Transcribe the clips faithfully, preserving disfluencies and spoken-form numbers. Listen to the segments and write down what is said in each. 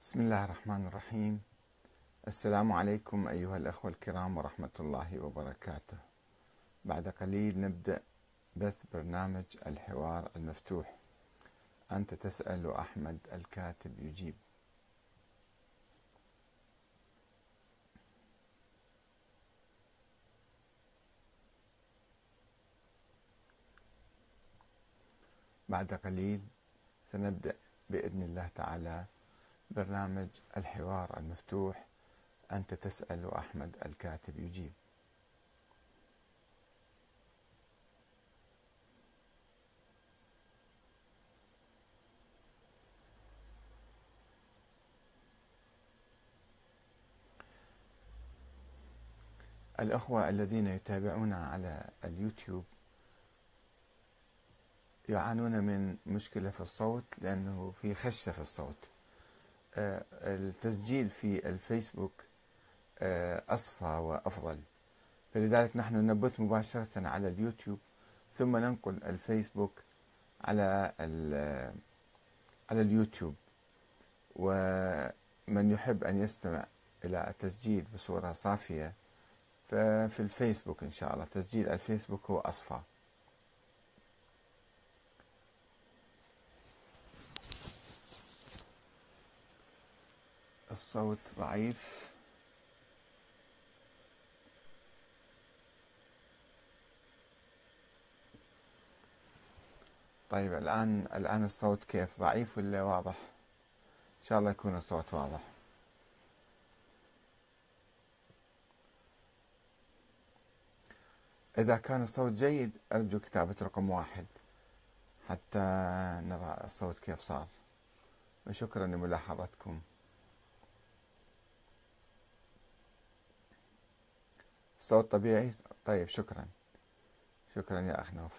بسم الله الرحمن الرحيم. السلام عليكم أيها الأخوة الكرام ورحمة الله وبركاته. بعد قليل نبدأ بث برنامج الحوار المفتوح. أنت تسأل وأحمد الكاتب يجيب. بعد قليل سنبدأ بإذن الله تعالى برنامج الحوار المفتوح. أنت تسأل وأحمد الكاتب يجيب. الأخوة الذين يتابعونا على اليوتيوب يعانون من مشكلة في الصوت لأنه في خشة في الصوت. التسجيل في الفيسبوك أصفى وأفضل، فلذلك نحن نبث مباشرة على اليوتيوب ثم ننقل الفيسبوك على على اليوتيوب. ومن يحب أن يستمع إلى التسجيل بصورة صافية ففي الفيسبوك إن شاء الله تسجيل الفيسبوك هو أصفى. الصوت ضعيف. طيب الآن الآن الصوت كيف؟ ضعيف ولا واضح؟ إن شاء الله يكون الصوت واضح. إذا كان الصوت جيد أرجو كتابة رقم واحد حتى نرى الصوت كيف صار. وشكرا لملاحظتكم. الصوت طبيعي؟ طيب شكرا شكرا يا أخ نوفل.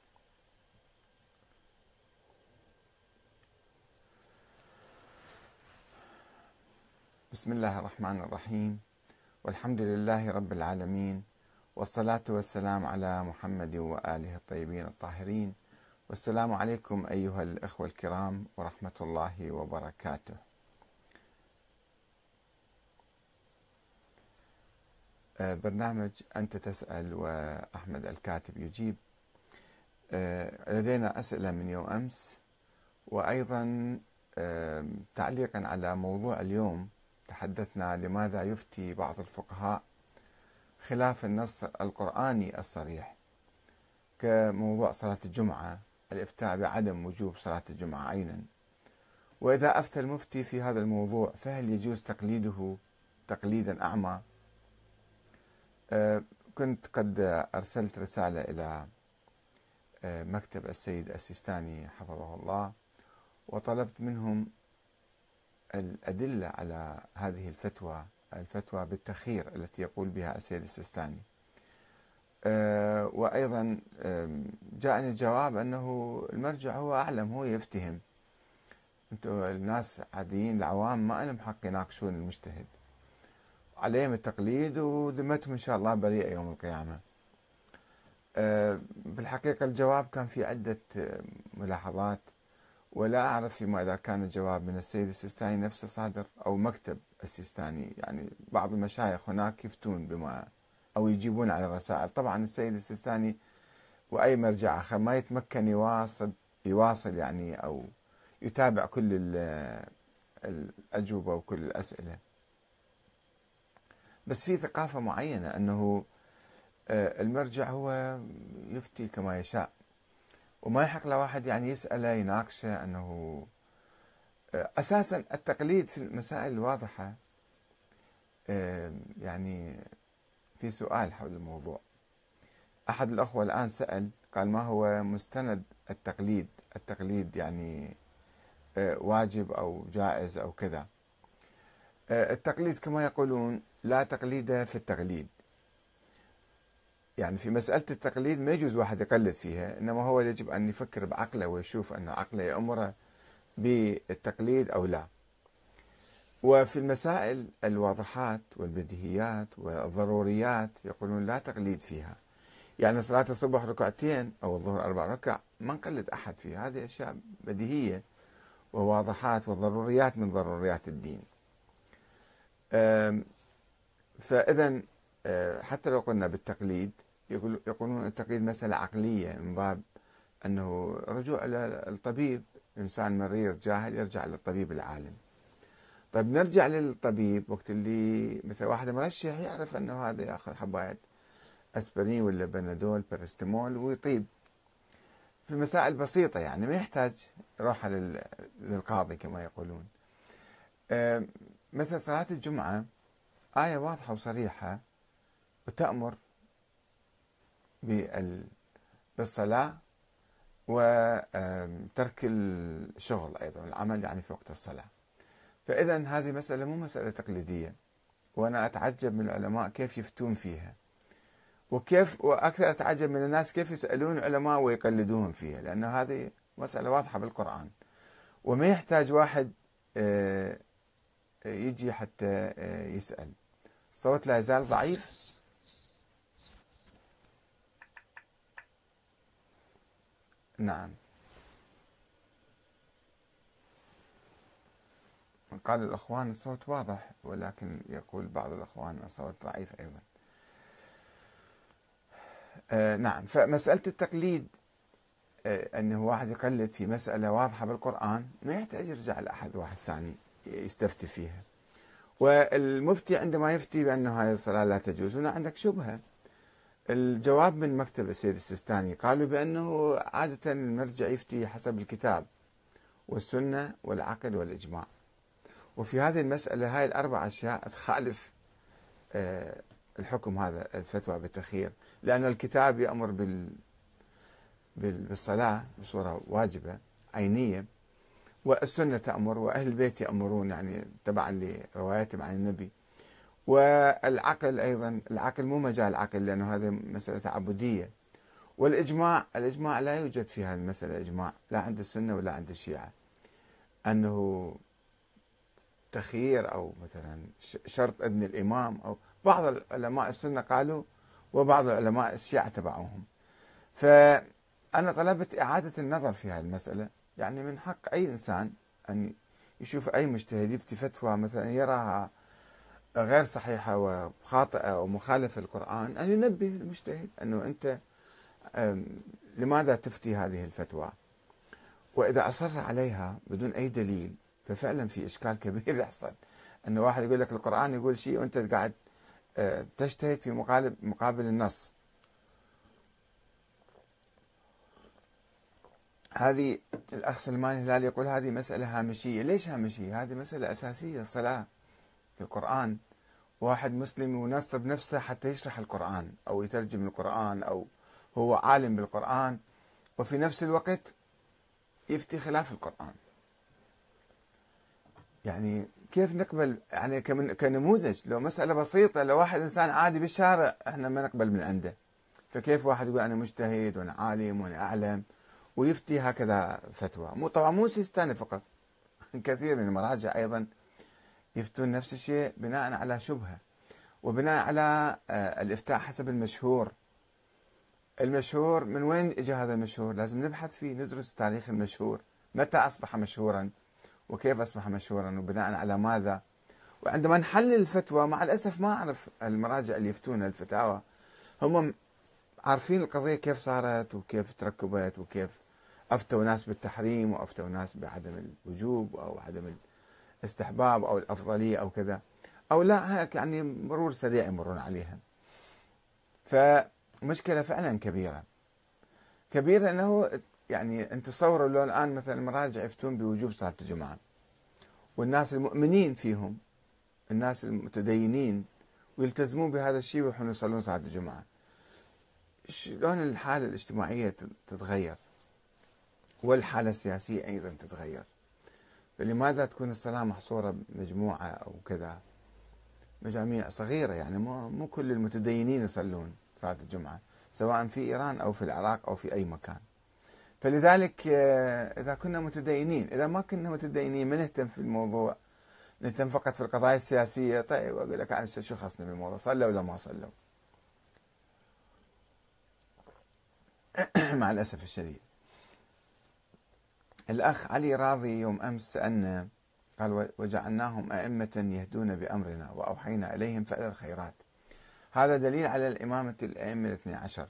بسم الله الرحمن الرحيم، والحمد لله رب العالمين، والصلاة والسلام على محمد وآله الطيبين الطاهرين، والسلام عليكم أيها الأخوة الكرام ورحمة الله وبركاته. برنامج أنت تسأل وأحمد الكاتب يجيب. لدينا أسئلة من يوم أمس، وأيضا تعليقا على موضوع اليوم تحدثنا لماذا يفتي بعض الفقهاء خلاف النص القرآني الصريح، كموضوع صلاة الجمعة، الإفتاء بعدم وجوب صلاة الجمعة عينا. وإذا أفتى المفتي في هذا الموضوع فهل يجوز تقليده تقليدا أعمى؟ كنت قد أرسلت رسالة إلى مكتب السيد السيستاني حفظه الله، وطلبت منهم الأدلة على هذه الفتوى الفتوى بالتخيير التي يقول بها السيد السيستاني. وأيضا جاءني الجواب أنه المرجع هو أعلم، هو يفتهم. أنتم الناس عاديين العوام ما لهم حق يناقشون المجتهد، عليهم التقليد وذمتهم إن شاء الله بريئة يوم القيامة. بالحقيقة الجواب كان في عدة ملاحظات، ولا أعرف فيما إذا كان الجواب من السيد السيستاني نفسه صادر أو مكتب السيستاني. يعني بعض المشايخ هناك يفتون بما أو يجيبون على الرسائل. طبعا السيد السيستاني وأي مرجع آخر ما يتمكن يواصل يواصل يعني أو يتابع كل الأجوبة وكل الأسئلة، بس في ثقافة معينة أنه المرجع هو يفتي كما يشاء، وما يحق لواحد يعني يسأله يناقشه. أنه أساسا التقليد في المسائل الواضحة. يعني في سؤال حول الموضوع. أحد الأخوة الآن سأل قال ما هو مستند التقليد التقليد يعني واجب أو جائز أو كذا. التقليد كما يقولون لا تقليد في التقليد. يعني في مسألة التقليد ما يجوز واحد يقلد فيها، إنما هو يجب أن يفكر بعقله ويشوف أن عقله يأمره بالتقليد أو لا. وفي المسائل الواضحات والبديهيات والضروريات يقولون لا تقليد فيها. يعني صلاة الصبح ركعتين أو الظهر أربع ركع ما نقلد أحد فيها، هذه أشياء بديهية وواضحات وضروريات من ضروريات الدين. فإذا حتى لو قلنا بالتقليد، يقولون التقليد مسألة عقلية من باب أنه رجوع إلى الطبيب، إنسان مريض جاهل يرجع للطبيب العالم. طيب نرجع للطبيب وقت اللي مثل واحد مرشح يعرف أنه هذا يأخذ حباية أسبرين ولا بنادول بارستمول ويطيب في مسائل بسيطة، يعني ما يحتاج يروح للقاضي كما يقولون. مثل صلاة الجمعة آية واضحة وصريحة وتأمر بالصلاة وترك الشغل أيضا، العمل يعني في وقت الصلاة. فإذا هذه مسألة مو مسألة تقليدية، وأنا أتعجب من العلماء كيف يفتون فيها، وكيف وأكثر أتعجب من الناس كيف يسألون العلماء ويقلدوهم فيها، لأن هذه مسألة واضحة بالقرآن وما يحتاج واحد يجي حتى يسأل. الصوت لا يزال ضعيف. نعم، قال الأخوان الصوت واضح، ولكن يقول بعض الأخوان الصوت ضعيف أيضا. آه نعم، فمسألة التقليد، آه أنه واحد يقلد في مسألة واضحة بالقرآن ما يحتاج يرجع لأحد واحد ثاني يستفتي فيها. والمفتي عندما يفتي بأن هذه الصلاة لا تجوز، هنا عندك شبهة. الجواب من مكتب السيد السيستاني قالوا بأنه عادة المرجع يفتي حسب الكتاب والسنة والعقل والإجماع، وفي هذه المسألة هاي الأربع أشياء تخالف الحكم هذا الفتوى بالتخيير، لأن الكتاب يأمر بال بالصلاة بصورة واجبة عينية، والسنة تأمر، وأهل البيت يأمرون يعني تبعا لرواياتهم عن النبي، والعقل أيضا، العقل مو مجال عقل لأنه هذه مسألة تعبدية، والإجماع، الإجماع لا يوجد في هذه المسألة إجماع لا عند السنة ولا عند الشيعة أنه تخيير أو مثلا شرط إذن الإمام، أو بعض العلماء السنة قالوا وبعض العلماء الشيعة تبعوهم. فأنا طلبت إعادة النظر في هذه المسألة، يعني من حق أي إنسان أن يشوف أي مجتهد يفتي فتوى مثلا يراها غير صحيحة وخاطئة ومخالفة للقرآن أن ينبه المجتهد أنه أنت لماذا تفتي هذه الفتوى، وإذا أصر عليها بدون أي دليل ففعلا في إشكال كبير يحصل. أنه واحد يقول لك القرآن يقول شيء وأنت قاعد تجتهد في مقابل مقابل النص. هذه الأخ سلمان الهلال يقول هذه مسألة هامشية. ليش هامشية؟ هذه مسألة أساسية، الصلاة في القرآن. واحد مسلم ينصب نفسه حتى يشرح القرآن أو يترجم القرآن أو هو عالم بالقرآن، وفي نفس الوقت يفتي خلاف القرآن. يعني كيف نقبل يعني كنموذج؟ لو مسألة بسيطة، لو واحد إنسان عادي بالشارع احنا ما نقبل من عنده، فكيف واحد يقول أنا مجتهد وأنا عالم وأنا أعلم ويفتي هكذا فتوى؟ مو طبعا مو سيستاني فقط، كثير من المراجع أيضا يفتون نفس الشيء بناء على شبهة وبناء على الإفتاء حسب المشهور. المشهور من وين اجى هذا المشهور؟ لازم نبحث فيه، ندرس تاريخ المشهور، متى أصبح مشهورا وكيف أصبح مشهورا وبناء على ماذا. وعندما نحلل الفتوى مع الأسف ما أعرف المراجع اللي يفتون الفتاوى هم عارفين القضية كيف صارت وكيف تركبت وكيف أفتوا ناس بالتحريم وأفتوا ناس بعدم الوجوب أو عدم الاستحباب أو الأفضلية أو كذا، أو لا هيك يعني مرور سريع يمرون عليها. فمشكلة فعلا كبيرة كبيرة. أنه يعني أنتم تصوروا لو الآن مثلا المراجع يفتون بوجوب صلاة الجمعة والناس المؤمنين فيهم، الناس المتدينين ويلتزمون بهذا الشيء ويروحون يصلون صلاة الجمعة، شلون الحالة الاجتماعية تتغير والحالة السياسية أيضا تتغير. فلماذا تكون الصلاة محصورة بمجموعة أو كذا، مجاميع صغيرة؟ يعني مو مو كل المتدينين يصلون صلاة الجمعة سواء في إيران أو في العراق أو في أي مكان. فلذلك إذا كنا متدينين، إذا ما كنا متدينين ما نهتم في الموضوع، نهتم فقط في القضايا السياسية، طيب أقول لك عن شو خصني بالموضوع، صلوا ولا ما صلوا. مع الأسف الشديد. الأخ علي راضي يوم أمس سألنا، قال وجعلناهم أئمة يهدون بأمرنا وأوحينا إليهم فعل الخيرات، هذا دليل على الإمامة الأئمة الاثني عشر.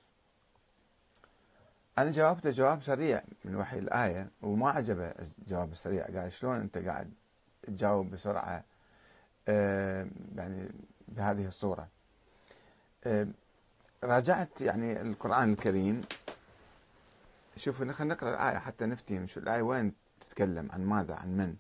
أنا جاوبته جواب سريع من وحي الآية وما عجبه الجواب السريع، قال شلون أنت قاعد تجاوب بسرعة آه يعني بهذه الصورة. آه راجعت يعني القرآن الكريم، شوفوا خلينا نقرأ الآية حتى نفتهم شو الآية وين تتكلم عن ماذا، عن من.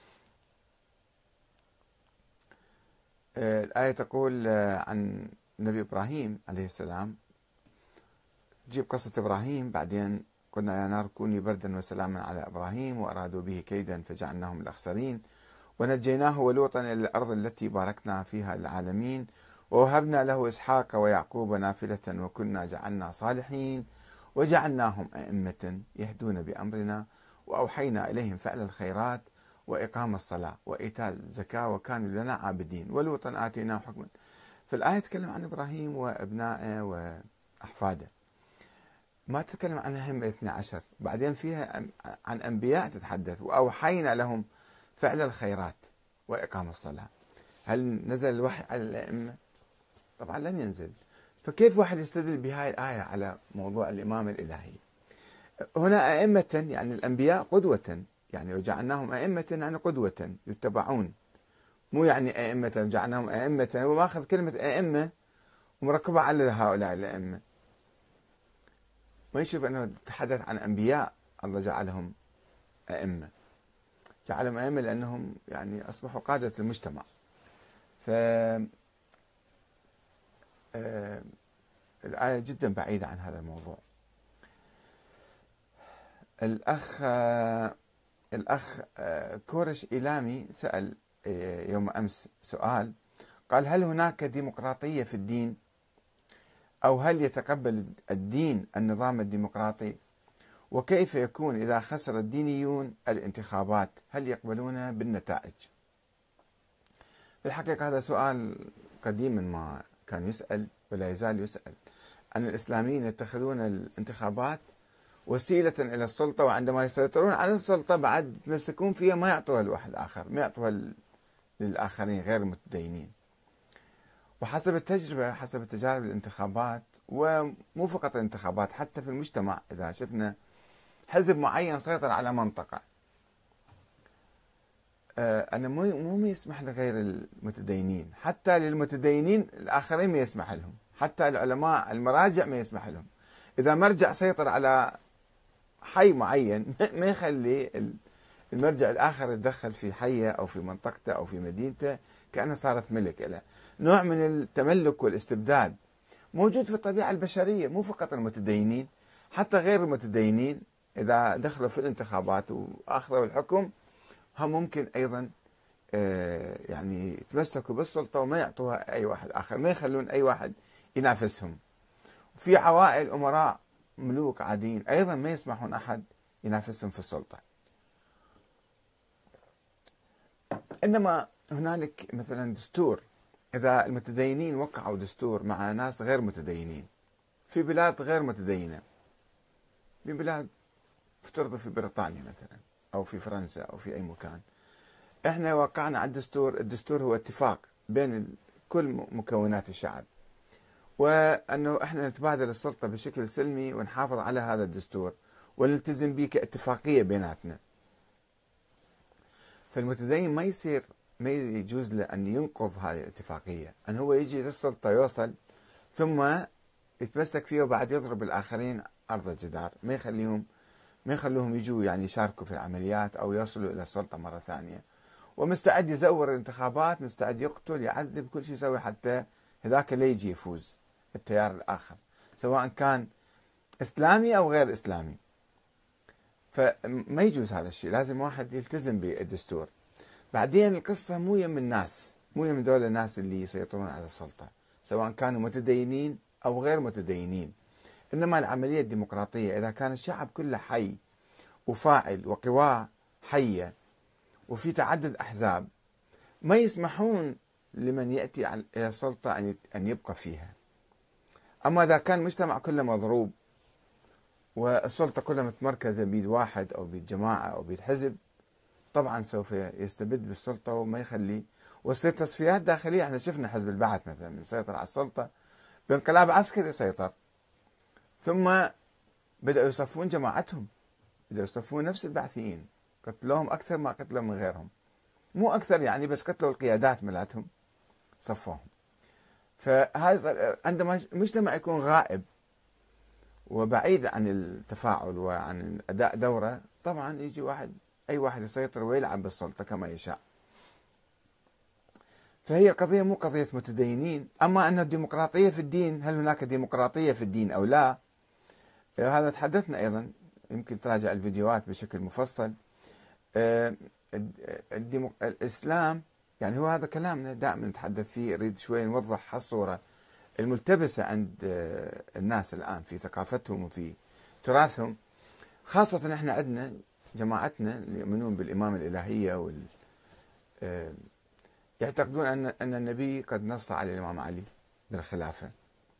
آه الآية تقول آه عن النبي إبراهيم عليه السلام، تجيب قصة إبراهيم، بعدين قلنا يا نار كوني بردا وسلاما على إبراهيم وأرادوا به كيدا فجعلناهم الأخسرين ونجيناه ولوطا إلى الأرض التي باركنا فيها للعالمين ووهبنا له إسحاق ويعقوب نافلة وكنا جعلنا صالحين وجعلناهم أئمة يهدون بأمرنا وأوحينا إليهم فعل الخيرات وإقام الصلاة وإيتاء الزكاة وكانوا لنا عابدين ولوطا آتيناه حكما. فالآية تتكلم عن إبراهيم وأبنائه وأحفاده، ما تتكلم عن هم الاثنى عشر. بعدين فيها عن أنبياء تتحدث وأوحينا لهم فعل الخيرات وإقام الصلاة. هل نزل الوحي على الأئمة؟ طبعا لم ينزل. فكيف واحد يستدل بهاي الآية على موضوع الإمام الإلهي؟ هنا أئمة يعني الأنبياء قدوة، يعني وجعلناهم أئمة يعني قدوة يتبعون، مو يعني أئمة جعلناهم أئمة وماخذ كلمة أئمة ومركبة على هؤلاء الأئمة. ما يشوف أنه تحدث عن أنبياء الله جعلهم أئمة، جعلهم أئمة لأنهم يعني أصبحوا قادة المجتمع. ف الآية جدا بعيدة عن هذا الموضوع. الأخ الأخ كورش إيلامي سأل يوم أمس سؤال، قال هل هناك ديمقراطية في الدين؟ أو هل يتقبل الدين النظام الديمقراطي؟ وكيف يكون إذا خسر الدينيون الانتخابات؟ هل يقبلون بالنتائج؟ في الحقيقة هذا سؤال قديما ما كان يسأل ولا يزال يسأل، أن الإسلاميين يتخذون الانتخابات وسيلة إلى السلطة، وعندما يسيطرون على السلطة بعد يتمسكون فيها ما يعطوها لواحد آخر، ما يعطوها للآخرين غير المتدينين. وحسب التجربة، حسب التجارب الانتخابات، ومو فقط الانتخابات، حتى في المجتمع إذا شفنا حزب معين سيطر على منطقة، أنا مو مو يسمح لغير المتدينين، حتى للمتدينين الآخرين ما يسمح لهم، حتى العلماء المراجع ما يسمح لهم. إذا مرجع سيطر على حي معين ما يخلي المرجع الآخر يتدخل في حيه أو في منطقته أو في مدينته، كأنها صارت ملك له. نوع من التملك والاستبداد موجود في الطبيعة البشرية، مو فقط المتدينين، حتى غير المتدينين إذا دخلوا في الانتخابات وأخذوا الحكم هم ممكن أيضا يعني يتمسكوا بالسلطة وما يعطوها أي واحد آخر، ما يخلون أي واحد ينافسهم. في عوائل أمراء ملوك عاديين أيضا ما يسمحون أحد ينافسهم في السلطة. إنما هنالك مثلا دستور، إذا المتدينين وقعوا دستور مع ناس غير متدينين في بلاد غير متدينة، في بلاد افترضوا في بريطانيا مثلا أو في فرنسا أو في أي مكان، إحنا وقعنا على الدستور، الدستور هو اتفاق بين كل مكونات الشعب، وأنه إحنا نتبادل السلطة بشكل سلمي ونحافظ على هذا الدستور ونلتزم به كاتفاقية بيناتنا. فالمتدين ما يصير ما يجوز له أن ينقض هذه الاتفاقية، أن هو يجي للسلطة يوصل ثم يتمسك فيها وبعد يضرب الآخرين أرض الجدار، ما يخليهم ما يخلوهم يجوا يعني يشاركوا في العمليات أو يوصلوا إلى السلطة مرة ثانية، ومستعد يزور الانتخابات، مستعد يقتل يعذب كل شيء يسوي حتى هذاك لا يجي يفوز التيار الآخر، سواء كان إسلامي أو غير إسلامي. فما يجوز هذا الشيء، لازم واحد يلتزم بالدستور. بعدين القصة مو يم الناس، مو يم دول الناس اللي يسيطرون على السلطة سواء كانوا متدينين أو غير متدينين، إنما العملية الديمقراطية إذا كان الشعب كله حي وفاعل وقواه حية وفي تعدد أحزاب ما يسمحون لمن يأتي إلى السلطة أن يبقى فيها. أما إذا كان المجتمع كله مضروب والسلطة كلها متمركزة بيد واحد أو بيد جماعة أو بيد حزب، طبعا سوف يستبد بالسلطة وما يخلي، وتصير تصفيات داخلية. احنا شفنا حزب البعث مثلا يسيطر على السلطة بانقلاب عسكري سيطر، ثم بدأوا يصفون جماعتهم، بدأوا يصفون نفس البعثيين، قتلوهم أكثر ما قتلوا من غيرهم، مو أكثر يعني، بس قتلوا القيادات ملاتهم صفوهم. فهذا عندما المجتمع يكون غائب وبعيد عن التفاعل وعن أداء دوره، طبعا يجي واحد أي واحد يسيطر ويلعب بالسلطة كما يشاء. فهي القضية مو قضية متدينين. أما أن الديمقراطية في الدين، هل هناك ديمقراطية في الدين أو لا؟ هذا تحدثنا أيضا، يمكن تراجع الفيديوهات بشكل مفصل. الإسلام يعني هو هذا كلامنا دائما نتحدث فيه، نريد شوي نوضح هالصورة الملتبسة عند الناس الآن في ثقافتهم وفي تراثهم، خاصة احنا عندنا جماعتنا اللي يؤمنون بالإمامة الإلهية وال يعتقدون أن أن النبي قد نص على الإمام علي بالخلافة،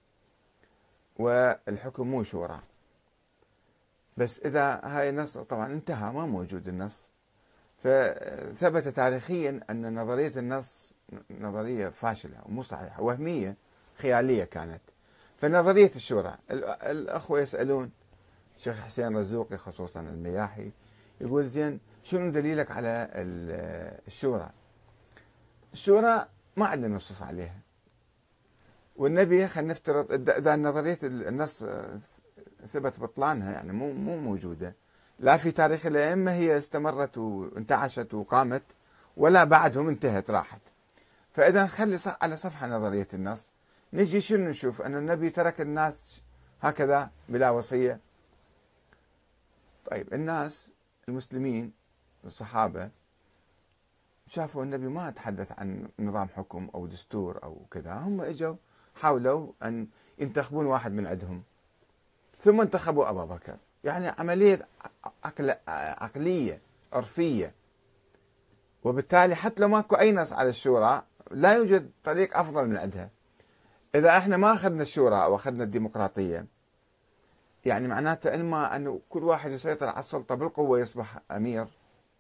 والحكم مو شورى. بس إذا هاي النص طبعا انتهى، ما موجود النص، فثبت تاريخيا أن نظرية النص نظرية فاشلة ومو صحيحة، وهمية خيالية كانت. فنظرية الشورى، الأخوة يسألون الشيخ حسين رزوقي خصوصا المياحي، يقول زين شنو دليلك على الشورى؟ الشورى ما عندنا نصوص عليها، والنبي خلينا نفترض اذا نظريه النص ثبت بطلانها، يعني مو مو موجوده لا في تاريخ الائمه، هي استمرت وانتعشت وقامت، ولا بعدهم انتهت راحت. فاذا نخلي على صفحه نظريه النص، نجي شنو نشوف؟ انه النبي ترك الناس هكذا بلا وصيه. طيب الناس المسلمين الصحابه شافوا النبي ما تحدث عن نظام حكم أو دستور أو كذا، هم إجوا حاولوا أن ينتخبون واحد من عندهم، ثم انتخبوا أبا بكر. يعني عملية عقل عقلية عرفية، وبالتالي حتى لو ماكو أي نص على الشورى لا يوجد طريق أفضل من عندها. إذا إحنا ما أخذنا الشورى أو أخذنا الديمقراطية، يعني معناته إما أنه كل واحد يسيطر على السلطة بالقوة يصبح أمير،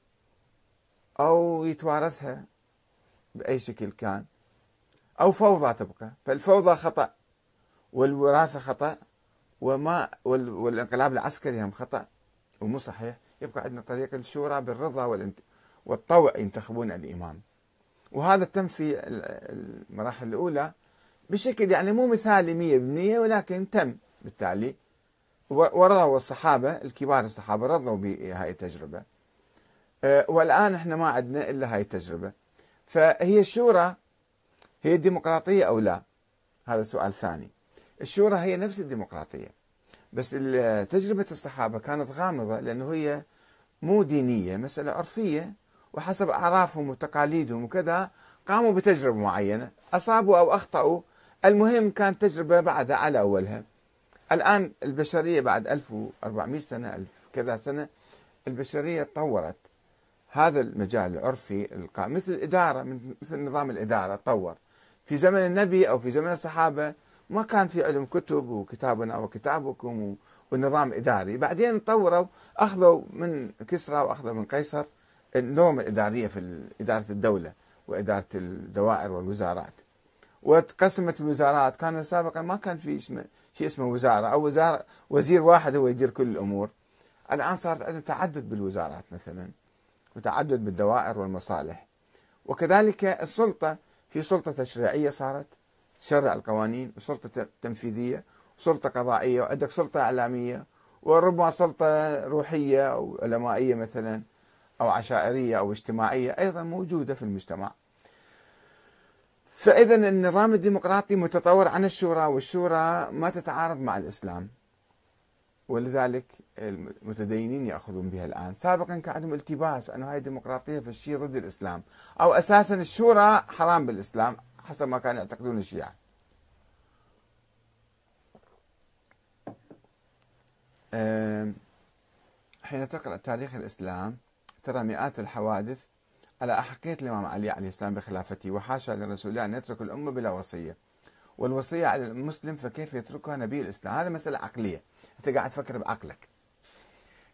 أو يتوارثها بأي شكل كان، أو فوضى تبقى. فالفوضى خطأ، والوراثة خطأ، وما والانقلاب العسكري هم خطأ ومو صحيح. يبقى عندنا طريق الشورى بالرضا والانت... والطوع ينتخبون الإمام. وهذا تم في المراحل الأولى بشكل يعني مو مثالي مية بالمية، ولكن تم بالتالي، ورضوا الصحابة الكبار، الصحابة رضوا بهاي التجربة. والآن احنا ما عندنا إلا هاي التجربة. فهي الشورى هي الديمقراطية أو لا؟ هذا سؤال ثاني. الشورى هي نفس الديمقراطية، بس تجربة الصحابة كانت غامضة، لأنه هي مو دينية، مسألة عرفية، وحسب أعرافهم وتقاليدهم وكذا قاموا بتجربة معينة، أصابوا أو أخطأوا، المهم كانت تجربة بعدها على أولها. الآن البشرية بعد ألف وأربعمئة سنة، ألف كذا سنة، البشرية تطورت. هذا المجال العرفي مثل الإدارة، مثل نظام الإدارة تطور. في زمن النبي أو في زمن الصحابة ما كان في علم كتب وكتابنا وكتابكم والنظام الإداري، بعدين تطوروا، أخذوا من كسرى وأخذوا من قيصر النورم الإدارية في إدارة الدولة وإدارة الدوائر والوزارات، وتقسمت الوزارات. كان سابقا ما كان في اسمه شيء اسمه وزارة أو وزارة وزير واحد هو يدير كل الأمور. الآن صارت عندنا تعدد بالوزارات مثلا، وتعدد بالدوائر والمصالح. وكذلك السلطة، في سلطة تشريعية صارت تشرع القوانين، وسلطة تنفيذية، وسلطة قضائية، وعندك سلطة إعلامية، وربما سلطة روحية أو علمائية مثلا، أو عشائرية أو اجتماعية أيضا موجودة في المجتمع. فإذا النظام الديمقراطي متطور عن الشورى، والشورى ما تتعارض مع الإسلام، ولذلك المتدينين يأخذون بها الآن. سابقا كان عندهم التباس أنه هاي الديمقراطية في الشيء ضد الإسلام، أو أساسا الشورى حرام بالإسلام حسب ما كانوا يعتقدون الشيعة. حين تقرأ تاريخ الإسلام ترى مئات الحوادث على أحقية الإمام علي عليه السلام بخلافته، وحاشا لرسول الله أن يترك الأمة بلا وصية، والوصية على المسلم فكيف يتركها نبي الإسلام؟ هذا مسألة عقلية، أنت قاعد تفكر بعقلك.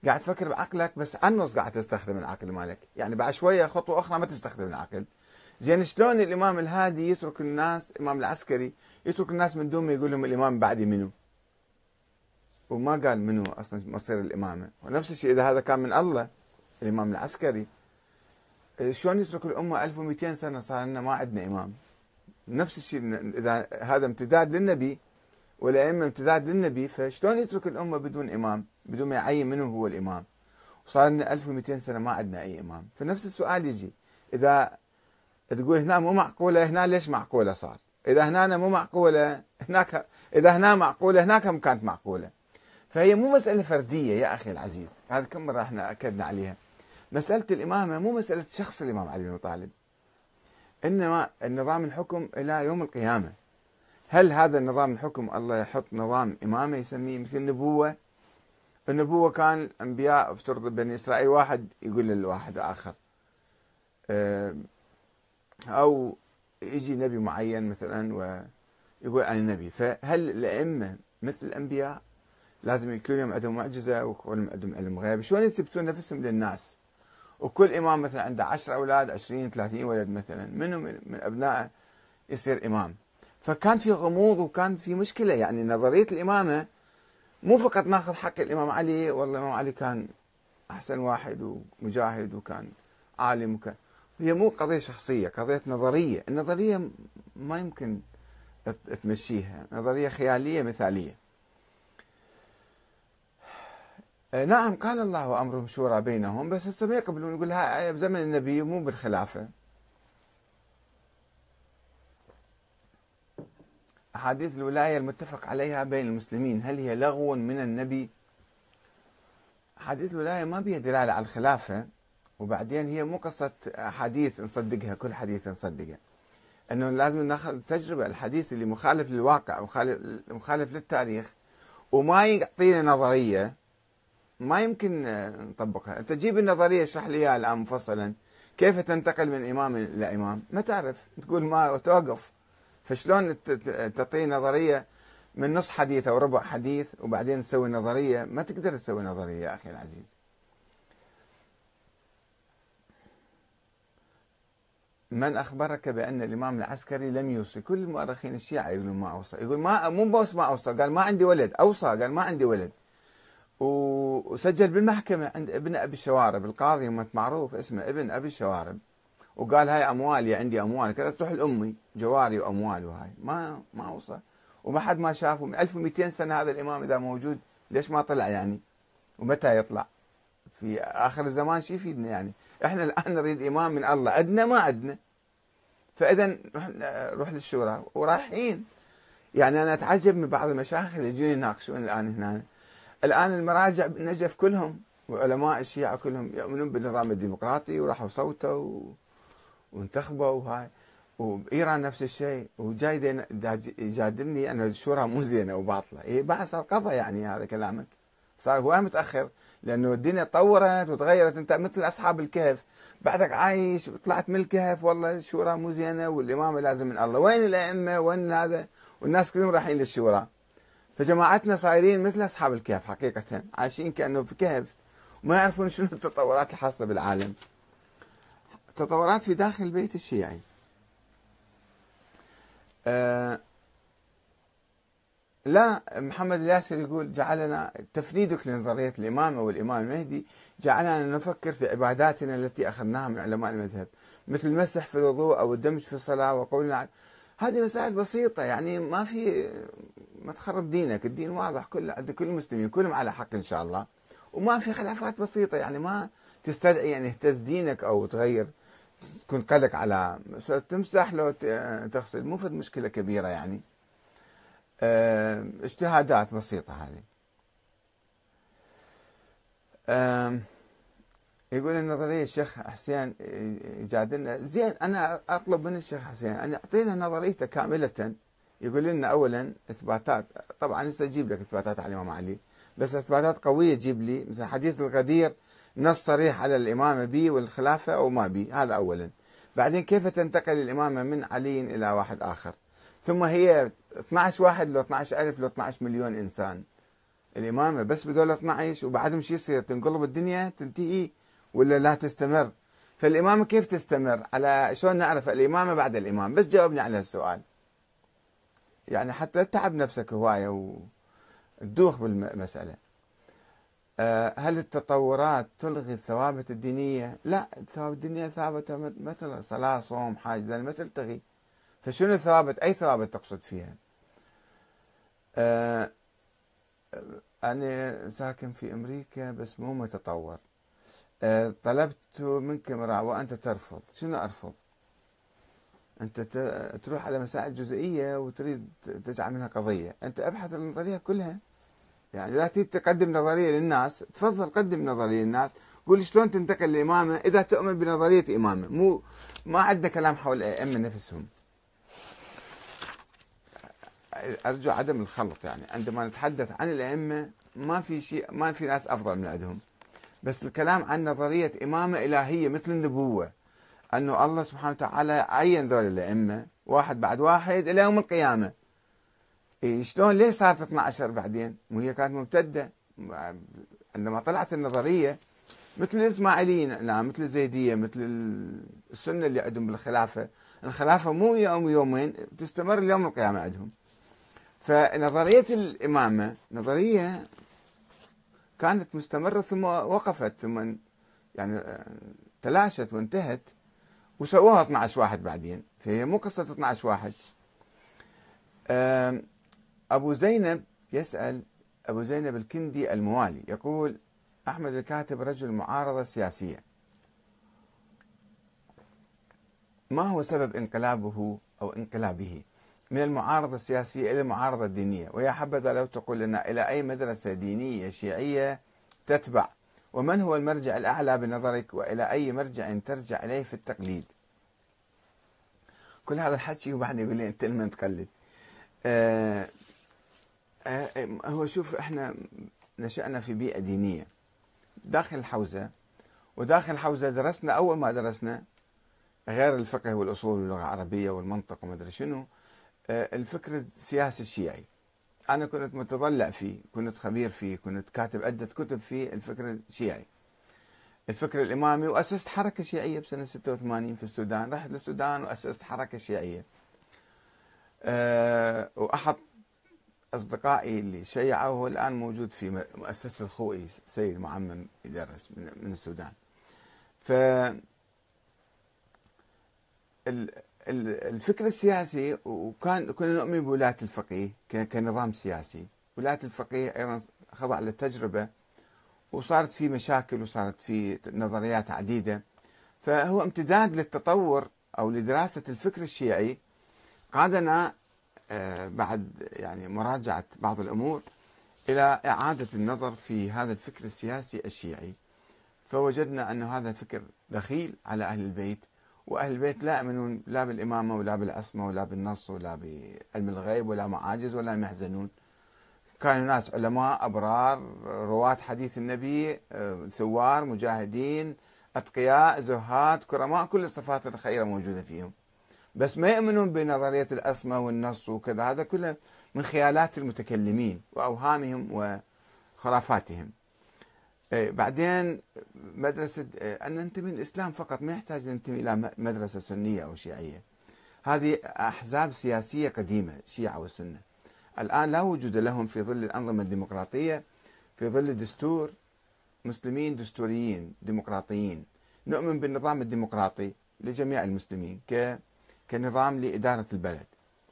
قاعد تفكر بعقلك بس على النص قاعد تستخدم العقل مالك، يعني بعد شوية خطوة أخرى ما تستخدم العقل. زين شلون الإمام الهادي يترك الناس، الإمام العسكري يترك الناس من دون ما يقول لهم الإمام بعدي منو؟ وما قال منو أصلا مصير الإمامة. ونفس الشيء إذا هذا كان من الله الإمام العسكري، شلون يترك الأمة ألف ومئتين سنة صار لنا ما عندنا إمام؟ نفس الشيء إذا هذا امتداد للنبي والأئمة امتداد للنبي، فشلون يترك الأمة بدون إمام، بدون ما يعين منه هو الإمام؟ وصار لنا ألف ومئتين سنة ما عندنا أي إمام. فنفس السؤال يجي، إذا تقول هنا مو معقولة هنا ليش معقولة صار؟ إذا هنا مو معقولة هناك، إذا هنا معقولة هناك هم كانت معقولة. فهي مو مسألة فردية يا أخي العزيز، هذا كم مرة احنا أكدنا عليها. مسألة الإمامة مو مسألة شخص الإمام علي بن أبي طالب، إنما النظام الحكم إلى يوم القيامة. هل هذا النظام الحكم الله يحط نظام إمامة يسميه مثل النبوة؟ النبوة كان الأنبياء افترض بني إسرائيل واحد يقول للواحد آخر، أو يجي نبي معين مثلا ويقول أنا نبي. فهل الأئمة مثل الأنبياء لازم يكون لهم عندهم معجزة ويكون عندهم علم غيب؟ شلون يثبتون نفسهم للناس؟ وكل إمام مثلا عنده عشر أولاد، عشرين ثلاثين ولد مثلا، منهم من أبنائه يصير إمام. فكان في غموض وكان في مشكلة. يعني نظرية الإمامة مو فقط ناخذ حق الإمام علي، والله الإمام علي كان أحسن واحد ومجاهد وكان عالم وكان، هي مو قضية شخصية، قضية نظرية. النظرية ما يمكن تمشيها، نظرية خيالية مثالية. نعم قال الله وأمرهم شورى بينهم، بس هسه ما يقبلون، يقول هاي بزمن النبي مو بالخلافة. أحاديث الولاية المتفق عليها بين المسلمين هل هي لغو من النبي؟ أحاديث الولاية ما بيها دلالة على الخلافة. وبعدين هي مو قصة أحاديث نصدقها، كل حديث نصدقه، أنه لازم ناخذ تجربة. الحديث اللي مخالف للواقع ومخالف للتاريخ وما يعطينا نظرية ما يمكن نطبقها. أنت تجيب النظرية اشرح لي إياها الآن مفصلا، كيف تنتقل من إمام إلى إمام؟ ما تعرف، تقول ما توقف. فشلون تعطي نظرية من نص حديث أو ربع حديث وبعدين تسوي نظرية؟ ما تقدر تسوي نظرية يا أخي العزيز. من أخبرك بأن الإمام العسكري لم يوصي؟ كل المؤرخين الشيعة يقولون ما أوصى. يقول ما مو بس ما أوصى، قال ما عندي ولد. أوصى قال ما عندي ولد، وسجل بالمحكمة عند ابن أبي الشوارب، القاضي معروف اسمه ابن أبي الشوارب، وقال هاي أموالي، عندي أموال كذا تروح لأمي، جواري وأموال. وهاي ما ما أوصى وما حد ما شافه. من ألف ومئتين سنة هذا الإمام إذا موجود ليش ما طلع يعني؟ ومتى يطلع؟ في آخر الزمان شو يفيدنا يعني؟ إحنا الآن نريد إمام من الله، عندنا ما عندنا. فإذا نروح للشورى ورايحين. يعني أنا أتعجب من بعض المشايخ اللي يجون يناقشون الآن هنا. الآن المراجع بالنجف كلهم وعلماء الشيعة كلهم يؤمنون بالنظام الديمقراطي وراحوا صوتوا وانتخبوا وهاي. وإيران نفس الشيء، وجاي يجادلني أن الشورى مو زينة وباطلة. إيه بعد صار قضى يعني هذا كلامك، صار هو متأخر لأنه الدنيا تطورت وتغيرت. أنت مثل أصحاب الكهف، بعدك عايش طلعت من الكهف والله الشورى مو زينة والإمامة لازم من الله. وين الأئمة وين هذا؟ والناس كلهم رايحين للشورى. فجماعتنا صايرين مثل أصحاب الكهف حقيقة، عايشين كأنه في كهف وما يعرفون شنو التطورات الحاصلة بالعالم، تطورات في داخل البيت الشيعي. آه لا، محمد الياسر يقول جعلنا تفنيدك لنظرية الإمامة والإمام المهدي جعلنا نفكر في عباداتنا التي أخذناها من علماء المذهب، مثل المسح في الوضوء أو الدمج في الصلاة وقولنا. هذه مسائل بسيطة يعني، ما في ما تخرب دينك، الدين واضح كل عند كل المسلمين كلهم على حق إن شاء الله، وما في خلافات بسيطة يعني ما تستدعي يعني يهتز دينك أو تغير تكون قلق على تمسح لو تغسل، مو في مشكلة كبيرة يعني. اه اجتهادات بسيطة هذه. اه يقول النظرية الشيخ حسين يجادلنا زين. أنا أطلب من الشيخ حسين أن يعطينا نظريته كاملة، يقول لنا أولا إثباتات، طبعا سأجيب لك إثباتات على الإمام علي، بس إثباتات قوية جيب لي، مثل حديث الغدير نص صريح على الإمامة بي والخلافة أو ما بي، هذا أولا. بعدين كيف تنتقل الإمامة من علي إلى واحد آخر؟ ثم هي اثني عشر واحد لو اثني عشر ألف لو اثني عشر مليون إنسان، الإمامة بس بدول اثنعش وبعدهم شو يصير؟ تنقلب الدنيا تنتهي ولا لا تستمر؟ فالإمامة كيف تستمر؟ على شلون نعرف الإمامة بعد الإمام؟ بس جاوبني على السؤال، يعني حتى لا تتعب نفسك هواية وتدوخ بالمسألة. هل التطورات تلغي الثوابت الدينية؟ لا، الثوابت الدينية ثابتة، مثل صلاة صوم حاج ما تلتغي. فشنو الثوابت؟ أي ثوابت تقصد فيها؟ أه أنا ساكن في أمريكا بس مو متطور. أه طلبت منك امرأة وأنت ترفض. شنو أرفض؟ أنت تروح على مسائل جزئية وتريد تجعل منها قضية. أنت أبحث النظرية كلها، يعني لا تقدم نظرية للناس، تفضل قدم نظرية للناس، قول شلون تنتقل للإمامة إذا تؤمن بنظرية إمامة. مو ما عندنا كلام حول الأئمة نفسهم. أرجو عدم الخلط، يعني عندما نتحدث عن الأئمة ما في شيء، ما في ناس أفضل من عندهم، بس الكلام عن نظرية إمامة إلهية مثل النبوة، أنه الله سبحانه وتعالى عين ذول الأئمة واحد بعد واحد إلى يوم القيامة. إيه شلون؟ ليش صارت اثنا عشر بعدين؟ وهي كانت ممتدة. عندما طلعت النظرية مثل الإسماعيليين، لا مثل الزيدية، مثل السنة اللي عندهم بالخلافة، الخلافة مو يوم يومين، تستمر ليوم القيامة عندهم. فنظرية الإمامة نظرية كانت مستمرة ثم وقفت، ثم يعني تلاشت وانتهت، وسووها اثنا عشر واحد بعدين. فهي مو قصة اثنا عشر واحد. أبو زينب يسأل، أبو زينب الكندي الموالي يقول: أحمد الكاتب رجل معارضة سياسية، ما هو سبب انقلابه أو انقلابه من المعارضة السياسية إلى المعارضة الدينية؟ ويا حبذا لو تقول لنا إلى أي مدرسة دينية شيعية تتبع، ومن هو المرجع الأعلى بنظرك، وإلى أي مرجع ترجع إليه في التقليد؟ كل هذا الحكي وبعد يقول لي أنت لمن تقلد. آه آه هو شوف، احنا نشأنا في بيئة دينية داخل الحوزة، وداخل الحوزة درسنا أول ما درسنا غير الفقه والأصول واللغة العربية والمنطق وما أدري شنو، الفكر السياسي الشيعي. أنا كنت متضلع فيه، كنت خبير فيه، كنت كاتب عدة كتب في الفكر الشيعي، الفكر الإمامي، وأسست حركة شيعية بسنة ستة وثمانين في السودان. رحت للسودان وأسست حركة شيعية. أه وأحد أصدقائي اللي شيعوا هو الآن موجود في مؤسسة الخوئي، سيد معمم يدرس من السودان. ف الفكر السياسي، وكان كنا نؤمن بولاية الفقيه كنظام سياسي. ولاية الفقيه أيضا خضع للتجربة، وصارت في مشاكل وصارت في نظريات عديدة. فهو امتداد للتطور أو لدراسة الفكر الشيعي، قادنا بعد يعني مراجعة بعض الأمور إلى إعادة النظر في هذا الفكر السياسي الشيعي. فوجدنا أن هذا فكر دخيل على أهل البيت، وأهل البيت لا يؤمنون لا بالإمامة ولا بالعصمة ولا بالنص ولا بعلم الغيب ولا معاجز ولا يحزنون. كانوا ناس علماء أبرار، رواة حديث النبي، ثوار، مجاهدين، أتقياء، زهاد، كرماء، كل الصفات الخيرة موجودة فيهم، بس ما يؤمنون بنظرية العصمة والنص وكذا. هذا كله من خيالات المتكلمين وأوهامهم وخرافاتهم. بعدين مدرسة أن ننتمي للإسلام فقط، ما يحتاج ننتمي إلى مدرسة سنية أو شيعية. هذه أحزاب سياسية قديمة، الشيعة والسنة، الآن لا وجود لهم في ظل الأنظمة الديمقراطية، في ظل دستور مسلمين دستوريين ديمقراطيين. نؤمن بالنظام الديمقراطي لجميع المسلمين ك كنظام لإدارة البلد.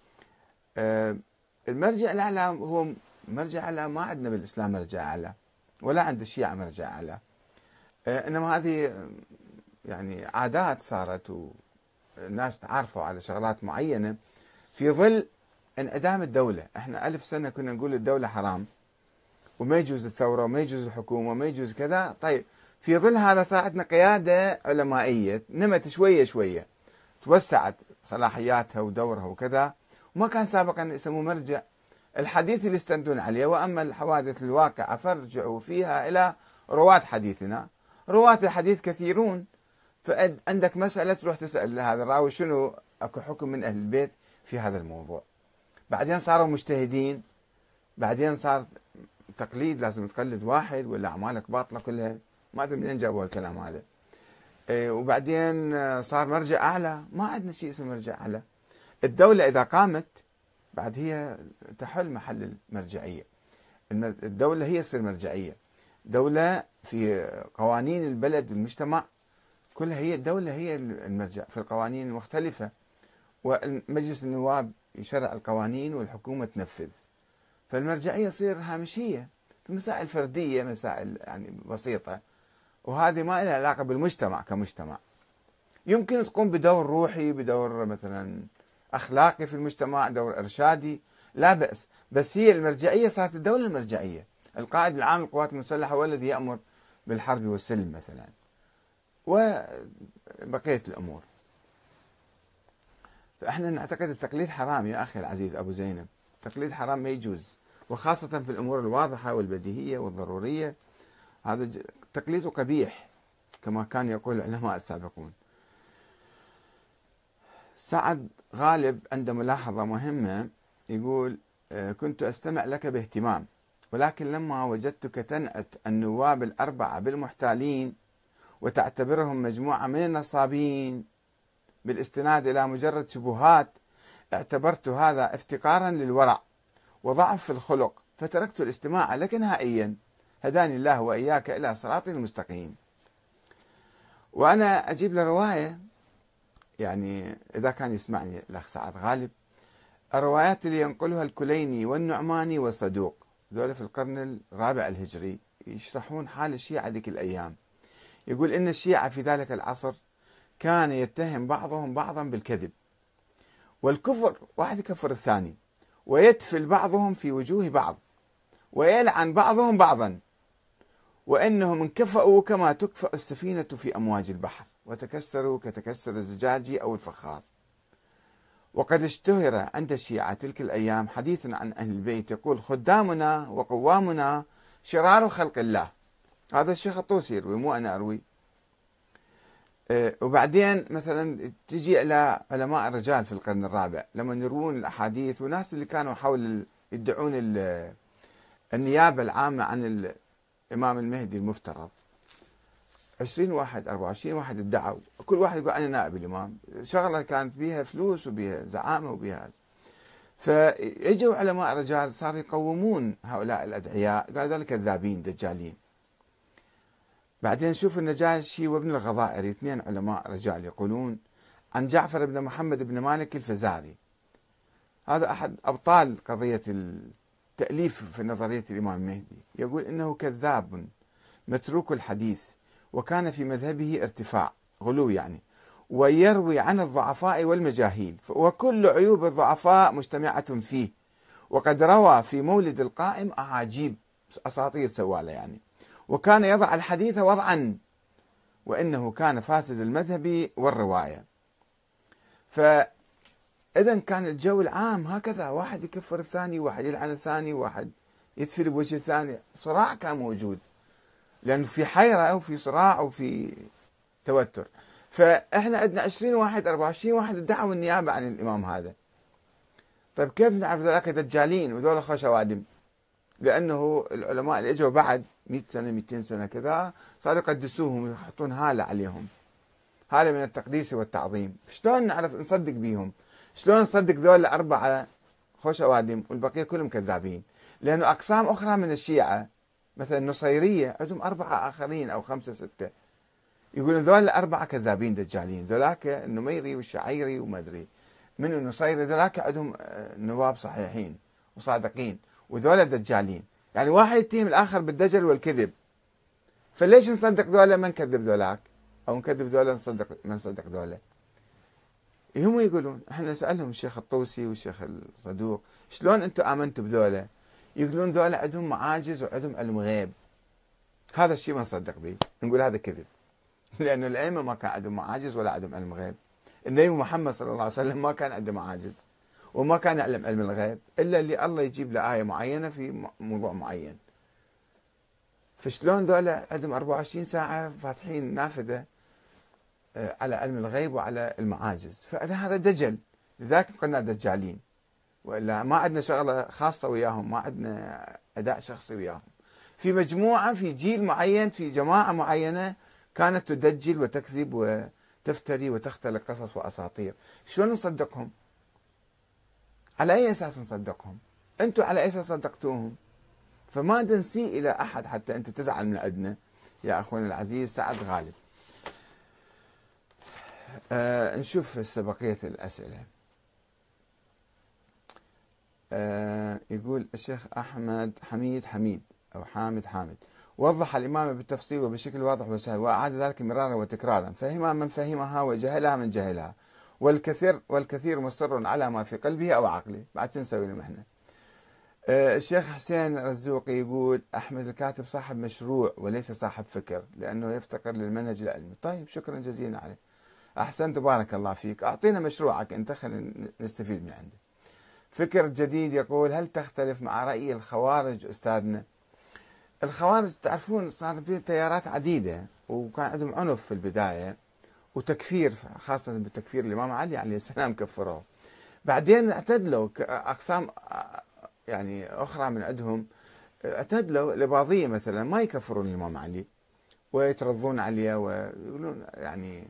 المرجع الأعلى هو مرجع أعلى، ما عندنا بالإسلام مرجع أعلى، ولا عند الشيعة مرجع أعلى. إنما هذه يعني عادات صارت، والناس تعرفوا على شغلات معينة في ظل انعدام الدولة. احنا ألف سنة كنا نقول الدولة حرام وما يجوز الثورة وما يجوز الحكومة وما يجوز كذا. طيب في ظل هذا صار عندنا قيادة علمائية نمت شوية شوية، توسعت صلاحياتها ودورها وكذا، وما كان سابقا يسموه مرجع. الحديث اللي يستندون عليه، وأما الحوادث الواقعة فارجعوا فيها إلى رواة حديثنا. رواة الحديث كثيرون، فعندك مسألة تروح تسأل هذا الراوي شنو أكو حكم من أهل البيت في هذا الموضوع. بعدين صاروا مجتهدين، بعدين صار تقليد، لازم تقلد واحد ولا أعمالك باطلة كلها. ما أدري منين جابوا الكلام هذا. إيه، وبعدين صار مرجع أعلى. ما عندنا شيء اسمه مرجع أعلى. الدولة إذا قامت بعد هي تحل محل المرجعية. الدولة هي تصير مرجعية. دولة في قوانين البلد المجتمع كلها، هي الدولة هي المرجع في القوانين المختلفة، ومجلس النواب يشرع القوانين والحكومة تنفذ. فالمرجعية تصير هامشية في مسائل فردية، مسائل يعني بسيطة، وهذه ما لها علاقة بالمجتمع كمجتمع. يمكن تقوم بدور روحي، بدور مثلا أخلاقي في المجتمع، دور إرشادي، لا بأس. بس هي المرجعية صارت الدولة المرجعية. القائد العام للقوات المسلحة هو الذي يأمر بالحرب والسلم مثلا، وبقية الأمور. فإحنا نعتقد التقليد حرام يا أخي العزيز أبو زينب. التقليد حرام، ما يجوز، وخاصة في الأمور الواضحة والبديهية والضرورية. هذا تقليد قبيح كما كان يقول العلماء السابقون. سعد غالب عنده ملاحظة مهمة، يقول: كنت أستمع لك باهتمام، ولكن لما وجدتك تنعت النواب الأربعة بالمحتالين وتعتبرهم مجموعة من النصابين بالاستناد إلى مجرد شبهات، اعتبرت هذا افتقارا للورع وضعف في الخلق، فتركت الاستماع لك نهائيا. هداني الله وإياك إلى صراط المستقيم. وأنا أجيب له رواية، يعني إذا كان يسمعني الأخ سعد غالب، الروايات اللي ينقلها الكليني والنعماني والصدوق، ذولا في القرن الرابع الهجري، يشرحون حال الشيعة ذيك الأيام. يقول إن الشيعة في ذلك العصر كان يتهم بعضهم بعضا بالكذب والكفر، واحد يكفر الثاني، ويتفل بعضهم في وجوه بعض، ويلعن بعضهم بعضا، وإنهم انكفأوا كما تكفأ السفينة في أمواج البحر، وتكسروا كتكسر الزجاج أو الفخار. وقد اشتهر عند الشيعة تلك الأيام حديث عن أهل البيت يقول: خدامنا وقوامنا شرار خلق الله. هذا الشيخ الطوسي يروي، مو أنا أروي. أه وبعدين مثلا تجي إلى علماء الرجال في القرن الرابع لما يروون الأحاديث، وناس اللي كانوا حول يدعون النيابة العامة عن الإمام المهدي المفترض، عشرين واحد أربعة وعشرين واحد ادعوا، كل واحد يقول أنا نائب الإمام، شغلة كانت بيها فلوس وبيها زعامة وبيها. فيجوا علماء الرجال صاروا يقومون هؤلاء الأدعياء، قالوا ذلك كذابين دجالين. بعدين شوف النجاشي وابن الغضائري، اثنين علماء رجال، يقولون عن جعفر بن محمد بن مالك الفزاري، هذا أحد أبطال قضية التأليف في نظرية الإمام المهدي، يقول إنه كذاب متروك الحديث، وكان في مذهبه ارتفاع غلو يعني، ويروي عن الضعفاء والمجاهيل، وكل عيوب الضعفاء مجتمعة فيه، وقد روى في مولد القائم أعاجيب، أساطير سوالة يعني، وكان يضع الحديث وضعا، وإنه كان فاسد المذهب والرواية. فإذا كان الجو العام هكذا، واحد يكفر الثاني، واحد يلعن الثاني، واحد يتفل بوجه الثاني، صراع كان موجود، لأنه في حيرة وفي صراع وفي توتر. فإحنا عندنا عشرين واحد أربعة وعشرين واحد ادعوا النيابة عن الإمام هذا. طيب كيف نعرف ذلك دجالين وذول خوشوادم؟ لأنه العلماء اللي اجوا بعد مئة سنة مئتين سنة كذا صاروا يقدسوهم ويحطون هالة عليهم، هالة من التقديس والتعظيم. شلون نعرف نصدق بيهم؟ شلون نصدق ذول الأربعة خوشوادم والبقية كلهم كذابين؟ لأنه أقسام أخرى من الشيعة مثلا النصيرية عندهم أربعة آخرين أو خمسة ستة، يقولون ذول الأربعة كذابين دجالين، ذولاك النميري والشعيري وما أدري من النصيري، ذولاك عندهم نواب صحيحين وصادقين، وذولا دجالين. يعني واحد يتهم الآخر بالدجل والكذب، فليش نصدق ذولا ما نكذب ذولاك، أو نكذب ذولا نصدق ما نصدق ذولا؟ هم يقولون، احنا نسألهم الشيخ الطوسي والشيخ الصدوق شلون أنتم آمنتوا بذولا؟ يقولون ذولا عندهم معاجز وعندهم علم غيب، هذا الشيء ما نصدق به، نقول هذا كذب، لأن الأئمة ما كان عندهم معاجز ولا عندهم علم غيب. النبي محمد صلى الله عليه وسلم ما كان عنده معاجز وما كان يعلم علم الغيب، إلا اللي الله يجيب له آية معينة في موضوع معين. فشلون ذولا عندهم أربعة وعشرين ساعة فاتحين نافذة على علم الغيب وعلى المعاجز؟ فهذا دجل، لذلك قلنا دجالين، وإلا ما عندنا شغلة خاصة وياهم، ما عندنا أداء شخصي وياهم، في مجموعة، في جيل معين، في جماعة معينة كانت تدجل وتكذب وتفتري وتختلق قصص وأساطير. شلون نصدقهم؟ على أي أساس نصدقهم؟ أنتم على أي أساس صدقتوهم؟ فما نسيء إلى أحد حتى أنت تزعل من عندنا يا أخونا العزيز سعد غالب. آه نشوف هسه بقية الأسئلة. آه يقول الشيخ أحمد حميد حميد أو حامد حامد: وضح الإمامة بالتفصيل وبشكل واضح وسهل، وأعاد ذلك مرارا وتكرارا، فهمها من فهمها وجهلها من جهلها، والكثير والكثير مصر على ما في قلبه أو عقله. بعد شو نسوي لهم احنا؟ آه الشيخ حسين رزوقي يقول: أحمد الكاتب صاحب مشروع وليس صاحب فكر، لأنه يفتقر للمنهج العلمي. طيب شكرا جزيلا عليه، أحسنت، بارك الله فيك. أعطينا مشروعك أنت، خلينا نستفيد من عنده. فكر جديد يقول: هل تختلف مع رأي الخوارج أستاذنا؟ الخوارج تعرفون صار في تيارات عديدة، وكان عندهم عنف في البداية وتكفير، خاصة بتكفير الإمام علي عليه السلام كفروه. بعدين اعتدلوا أقسام يعني أخرى من عندهم، اعتدلوا لبعضية مثلا ما يكفرون الإمام علي ويترضون عليه ويقولون يعني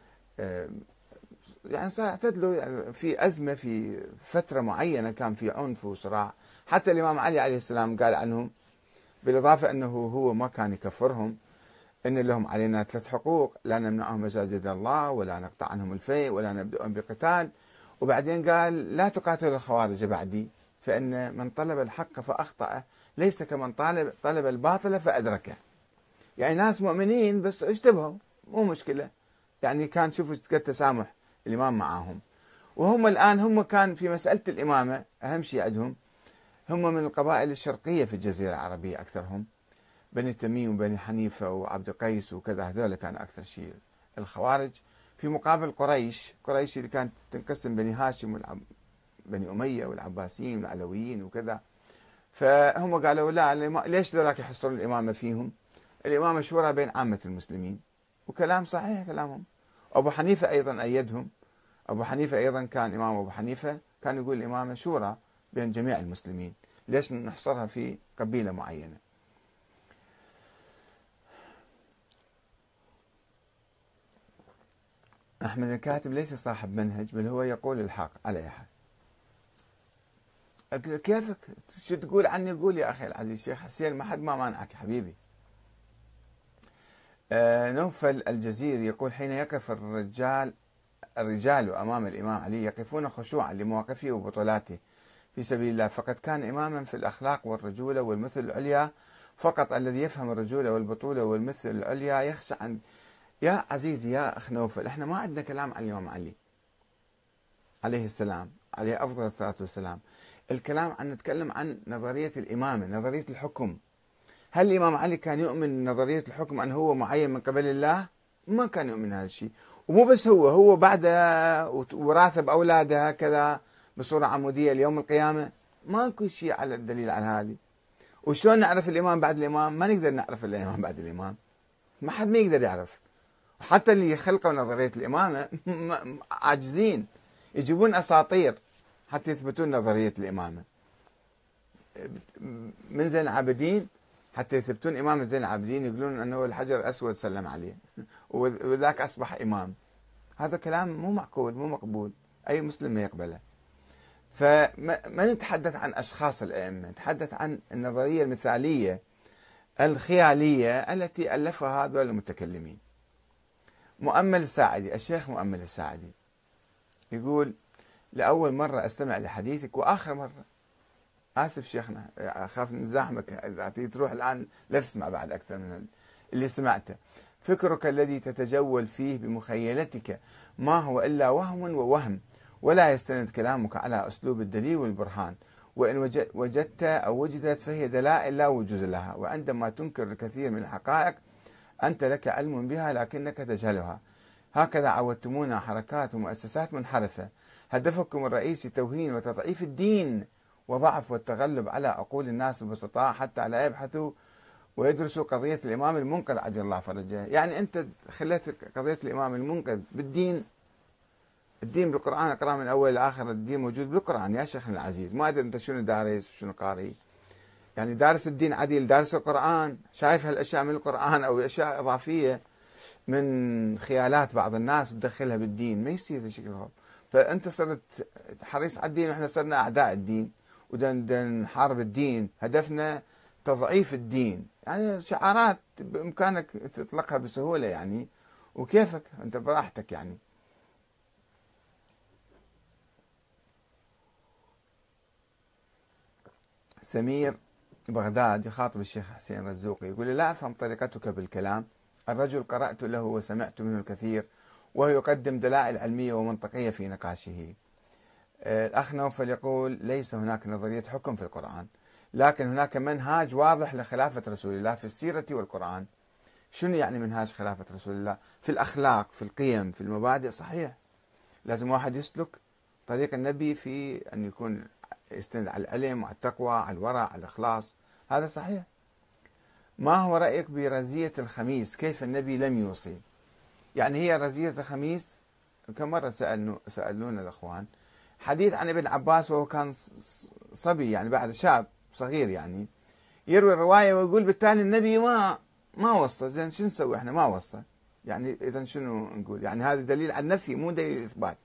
يعني صار اعتدلوا. يعني في أزمة في فترة معينة كان في عنف وصراع، حتى الإمام علي عليه السلام قال عنهم، بالإضافة أنه هو ما كان يكفرهم، إن لهم علينا ثلاث حقوق: لا نمنعهم مساجد الله، ولا نقطع عنهم الفيء، ولا نبدأهم بقتال. وبعدين قال: لا تقاتلوا الخوارج بعدي، فإن من طلب الحق فأخطأ ليس كمن طالب طلب الباطل فأدركه. يعني ناس مؤمنين بس اشتبهوا، مو مشكلة. يعني كان شوفوا قد تسامح الإمام معاهم. وهم الآن هم كان في مسألة الإمامة أهم شيء عندهم، هم من القبائل الشرقية في الجزيرة العربية أكثرهم، بني تميم وبني حنيفة وعبد قيس وكذا، هذول كان أكثر شيء الخوارج، في مقابل قريش. قريش اللي كانت تنقسم بني هاشم والعب بني أمية والعباسيين والعلويين وكذا. فهم قالوا: لا، ليش ذولاك يحصرون الإمامة فيهم؟ الإمامة شورى بين عامة المسلمين. وكلام صحيح كلامهم. أبو حنيفة أيضا أيدهم. أبو حنيفة أيضا كان إمام أبو حنيفة كان يقول الإمامة شورى بين جميع المسلمين، ليش نحصرها في قبيلة معينة؟ أحمد الكاتب ليس صاحب منهج، بل هو يقول الحق على أي حال. كيفك شو تقول عني؟ قول يا أخي العزيز شيخ حسين، ما حد ما مانعك يا حبيبي. آه نوفل الجزير يقول: حين يقف الرجال الرجال أمام الإمام علي يقفون خشوعا لمواقفه وبطولاته في سبيل الله، فقد كان إماما في الأخلاق والرجولة والمثل العليا فقط. الذي يفهم الرجولة والبطولة والمثل العليا يخشى عن. يا عزيزي يا أخ نوفل، احنا ما عندنا كلام عن الإمام علي عليه السلام، عليه أفضل الصلاة والسلام. الكلام عن نتكلم عن نظرية الإمامة، نظرية الحكم. هل الإمام علي كان يؤمن نظرية الحكم أن هو معين من قبل الله؟ ما كان يؤمن هذا الشيء. ومو بس هو هو بعدها وراثه بأولاده هكذا بصورة عمودية ليوم القيامة. ماكو شيء على الدليل على هذه. وشلون نعرف الإمام بعد الإمام؟ ما نقدر نعرف الإمام بعد الإمام، ما حد ما يقدر يعرف. حتى اللي خلقوا نظرية الإمامة عاجزين، يجيبون أساطير حتى يثبتون نظرية الإمامة. من زين العابدين حتى يثبتون إمامة زين العابدين يقولون أنه الحجر الأسود سلم عليه وذاك أصبح إمام. هذا كلام مو معقول، مو مقبول، أي مسلم ما يقبله. فما نتحدث عن أشخاص الأئمة، نتحدث عن النظرية المثالية الخيالية التي ألفها هذول المتكلمين. مؤمل الساعدي، الشيخ مؤمل الساعدي يقول: لأول مرة أستمع لحديثك وآخر مرة. آسف شيخنا، أخاف نزاحمك، تروح الآن لا تسمع بعد أكثر من اللي سمعته. فكرك الذي تتجول فيه بمخيلتك ما هو إلا وهم ووهم، ولا يستند كلامك على أسلوب الدليل والبرهان، وإن وجدت أو وجدت فهي دلائل لا وجود لها، وعندما تنكر الكثير من الحقائق أنت لك علم بها لكنك تجهلها. هكذا عودتمونا حركات ومؤسسات منحرفة هدفكم الرئيسي توهين وتضعيف الدين وضعف والتغلب على عقول الناس البسطاء حتى لا يبحثوا ويدرسوا قضية الإمام المنقذ عجل الله فرجه. يعني أنت خليت قضية الإمام المنقذ بالدين. الدين بالقرآن، اقرأ من أول لآخر، الدين موجود بالقرآن يا شيخنا العزيز. ما أدري أنت شنو دارس وشنو قاري. يعني دارس الدين عديل، دارس القرآن، شايف هالأشياء من القرآن أو أشياء إضافية من خيالات بعض الناس تدخلها بالدين، ما يصير هالشكل هذا. فأنت صرت حريص على الدين وإحنا صرنا أعداء الدين ونحارب الدين، هدفنا تضعيف الدين. يعني شعارات بإمكانك تطلقها بسهولة يعني، وكيفك أنت براحتك يعني. سمير بغداد يخاطب الشيخ حسين رزوقي يقول: لا أفهم طريقتك بالكلام، الرجل قرأت له وسمعت منه الكثير وهو يقدم دلائل علمية ومنطقية في نقاشه. الأخ نوفل يقول: ليس هناك نظرية حكم في القرآن، لكن هناك منهاج واضح لخلافة رسول الله في السيرة والقرآن. شنو يعني منهاج خلافة رسول الله؟ في الأخلاق، في القيم، في المبادئ. صحيح، لازم واحد يسلك طريق النبي في أن يكون يستند على العلم وعلى التقوى، على الورع، على الإخلاص، هذا صحيح. ما هو رأيك برزية الخميس؟ كيف النبي لم يوصي؟ يعني هي رزية الخميس كم مرة سألنا سألونا الأخوان حديث عن ابن عباس وهو كان صبي، يعني بعد شاب صغير، يعني يروي الرواية ويقول بالتالي النبي ما ما وصى. زين شو نسوي احنا؟ ما وصى، يعني إذا شنو نقول؟ يعني هذا دليل على النفي مو دليل إثبات.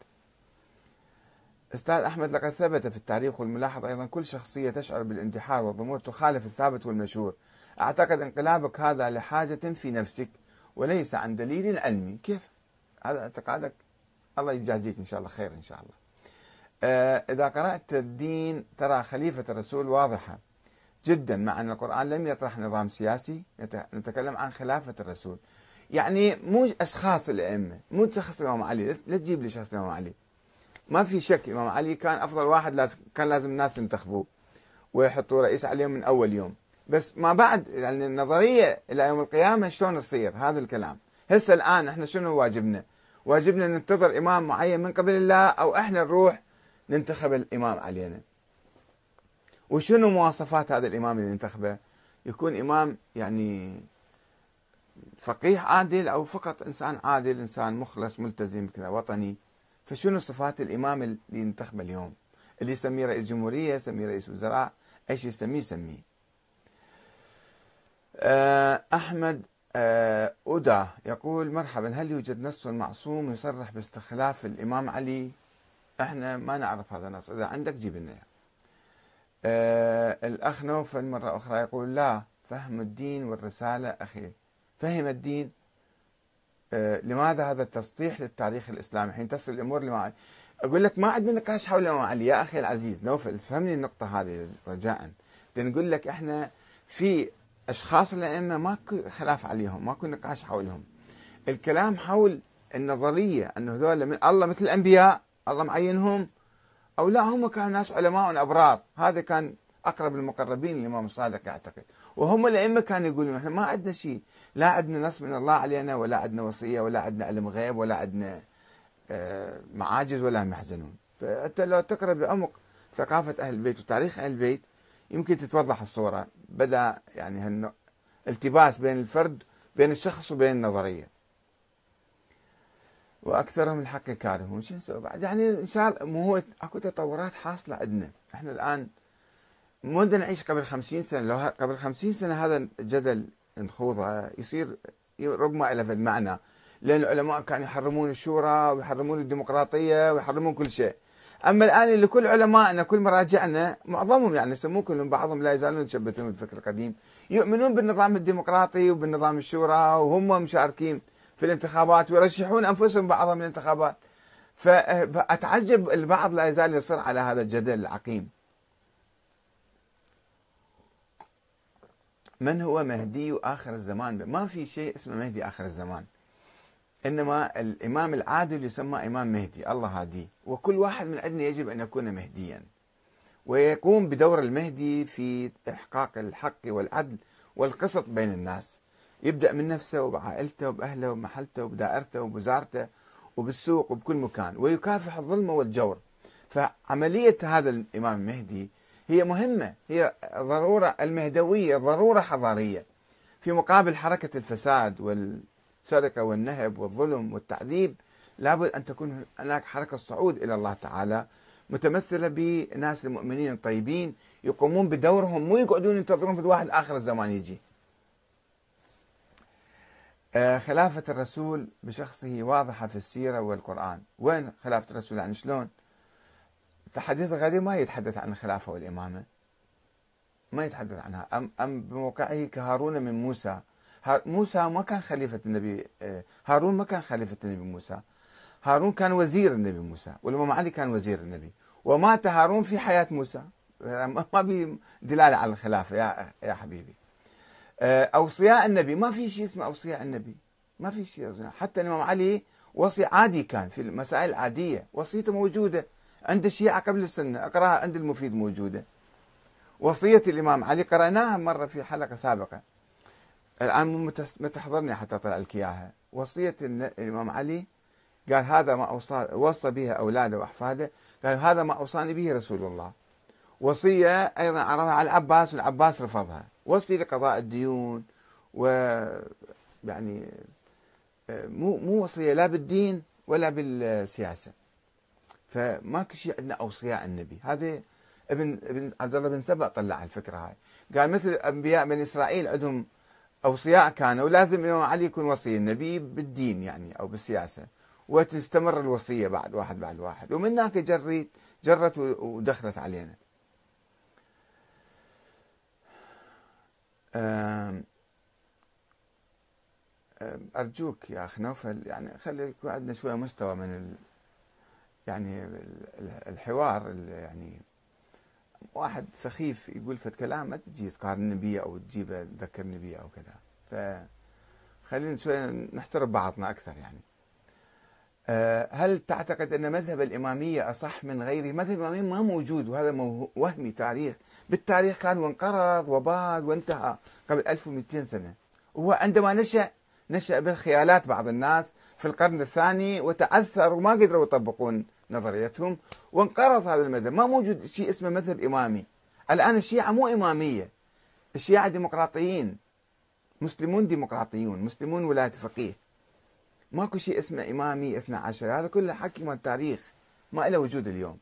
أستاذ أحمد: لقد ثبت في التاريخ والملاحظ أيضا كل شخصية تشعر بالانتحار والضمور تخالف الثابت والمشهور. أعتقد انقلابك هذا لحاجة في نفسك وليس عن دليل علمي. كيف؟ هذا اعتقادك، الله يجازيك إن شاء الله خير إن شاء الله. آه إذا قرأت الدين ترى خليفة الرسول واضحة جدا، مع أن القرآن لم يطرح نظام سياسي، نتكلم عن خلافة الرسول. يعني مو أشخاص الأئمة، مو شخص الإمام علي، لا تجيب لي شخص الإمام علي. ما في شك الإمام علي كان أفضل واحد، لازم كان لازم الناس ينتخبوه ويحطوا رئيس عليهم من أول يوم. بس ما بعد يعني النظرية إلى يوم القيامة شلون تصير هذا الكلام؟ هسه الآن احنا شنو واجبنا؟ واجبنا ننتظر إمام معين من قبل الله، أو احنا نروح ننتخب الإمام علينا؟ وشنو مواصفات هذا الإمام اللي ننتخبه؟ يكون إمام يعني فقيه عادل، أو فقط إنسان عادل، إنسان مخلص ملتزم كذا وطني؟ فشنو صفات الإمام اللي ينتخبه اليوم؟ اللي يسميه رئيس جمهورية، يسميه رئيس وزراء، أي شيء يسميه يسميه. أحمد أودا يقول: مرحبا، هل يوجد نص معصوم يصرح باستخلاف الإمام علي؟ احنا ما نعرف هذا النص، إذا عندك جيب لنا. الأخ نوفل مرة أخرى يقول: لا، فهم الدين والرسالة أخي. فهم الدين؟ لماذا هذا التسطيح للتاريخ الإسلامي حين تصل الأمور لما أقول لك ما عندنا نقاش حول الإمام علي يا أخي العزيز نوفل، فهمني النقطة هذه رجاء. نقول لك إحنا في أشخاص الأئمة ماكو خلاف عليهم، ماكو نقاش حولهم. الكلام حول النظرية أنه هذول من الله مثل الأنبياء، الله معينهم، أو لا هم كانوا ناس علماء أبرار. هذا كان أقرب المقربين للإمام الصادق يعتقد، وهم الأئمة كانوا يقولون إحنا ما عندنا شيء، لا عندنا نص من الله علينا، ولا عندنا وصية، ولا عندنا علم غيب، ولا عندنا معاجز، ولا محزنون. فأنت لو تقرأ بعمق ثقافة أهل البيت وتاريخ أهل البيت يمكن تتوضح الصورة، بدأ يعني التباس بين الفرد، بين الشخص وبين النظرية. وأكثرهم الحق كارهون. شو نسوي بعد؟ يعني إن شاء الله مو هو أكو تطورات حاصلة عندنا. إحنا الآن مو نعيش قبل خمسين سنة. لو قبل خمسين سنة هذا الجدل نخوضه يصير ربما له المعنى، لأن العلماء كانوا يحرمون الشورى ويحرمون الديمقراطية ويحرمون كل شيء. أما الآن اللي كل علمائنا كل مراجعنا معظمهم يعني يسمون كلهم، بعضهم لا يزالون يتشبثون بالفكر القديم، يؤمنون بالنظام الديمقراطي وبالنظام الشورى، وهم مشاركين في الانتخابات ويرشحون أنفسهم بعضهم من الانتخابات. فأتعجب البعض لا يزال يصر على هذا الجدل العقيم. من هو مهدي آخر الزمان؟ ما في شيء اسمه مهدي آخر الزمان، إنما الإمام العادل يسمى إمام مهدي، الله هاديه، وكل واحد من عندنا يجب أن يكون مهديا ويقوم بدور المهدي في إحقاق الحق والعدل والقسط بين الناس، يبدأ من نفسه وبعائلته وبأهله وبمحلته وبدائرته وبوزارته وبالسوق وبكل مكان، ويكافح الظلم والجور. فعملية هذا الإمام المهدي هي مهمة، هي ضرورة المهدوية، ضرورة حضارية في مقابل حركة الفساد والسرقة والنهب والظلم والتعذيب. لابد أن تكون هناك حركة صعود إلى الله تعالى متمثلة بناس المؤمنين الطيبين يقومون بدورهم، مو يقعدون ينتظرون في واحد آخر الزمان يجي. آه خلافة الرسول بشخصه واضحة في السيرة والقرآن. وين خلافة الرسول؟ يعني شلون؟ الحديث الغريب ما يتحدث عن الخلافة والإمامة، ما يتحدث عنها. أم, أم بموقعه كهارون من موسى. موسى ما كان خليفة النبي، هارون ما كان خليفة النبي موسى، هارون كان وزير النبي موسى، والإمام علي كان وزير النبي، ومات هارون في حياة موسى. ما بي دلالة على الخلافة يا يا حبيبي. أوصياء النبي ما في شيء اسمه أوصياء النبي، ما في شيء. حتى الإمام علي وصي عادي كان في المسائل العادية، وصيته موجودة عند الشيعة قبل السنة، أقراها عند المفيد موجودة. وصية الإمام علي قرأناها مرة في حلقة سابقة، الآن ما تحضرني حتى أطلع لك إياها. وصية الإمام علي قال هذا ما أوصى وصى به أولاده وأحفاده، قال هذا ما أوصاني به رسول الله. وصية أيضا عرضها على العباس والعباس رفضها، وصي لقضاء الديون، و يعني مو مو وصية لا بالدين ولا بالسياسة. فماكو شيء عندنا أوصياء النبي. هذا ابن ابن عبد الله بن سبأ طلع الفكرة هاي، قال مثل أنبياء بني إسرائيل عندهم أوصياء كانوا، ولازم الإمام علي يكون وصي النبي بالدين يعني أو بالسياسة، وتستمر الوصية بعد واحد بعد واحد، ومن هناك جريت جرت ودخلت علينا. أرجوك يا أخ نوفل يعني خلي يكون عندنا شوية مستوى من ال... يعني الحوار. يعني واحد سخيف يقول فت كلام ما تجي تقارن بيه أو تجيبه تذكرني بيه أو كذا، فخلينا شوية نحترم بعضنا أكثر. يعني هل تعتقد أن مذهب الإمامية أصح من غيره؟ مذهب الإمامية ما موجود، وهذا وهمي تاريخ. بالتاريخ كان وانقرض وباد وانتهى قبل ألف ومئتين سنة. وهو عندما نشأ نشأ بالخيالات بعض الناس في القرن الثاني، وتعثروا وما قدروا يطبقون نظريتهم وانقرض هذا المذهب. ما موجود شيء اسمه مذهب إمامي. الآن الشيعة مو إمامية، الشيعة ديمقراطيين، مسلمون ديمقراطيون، مسلمون ولاية فقيه. ماكو شيء اسمه إمامي اثنا عشر، هذا كله حكي من التاريخ ما له وجود اليوم.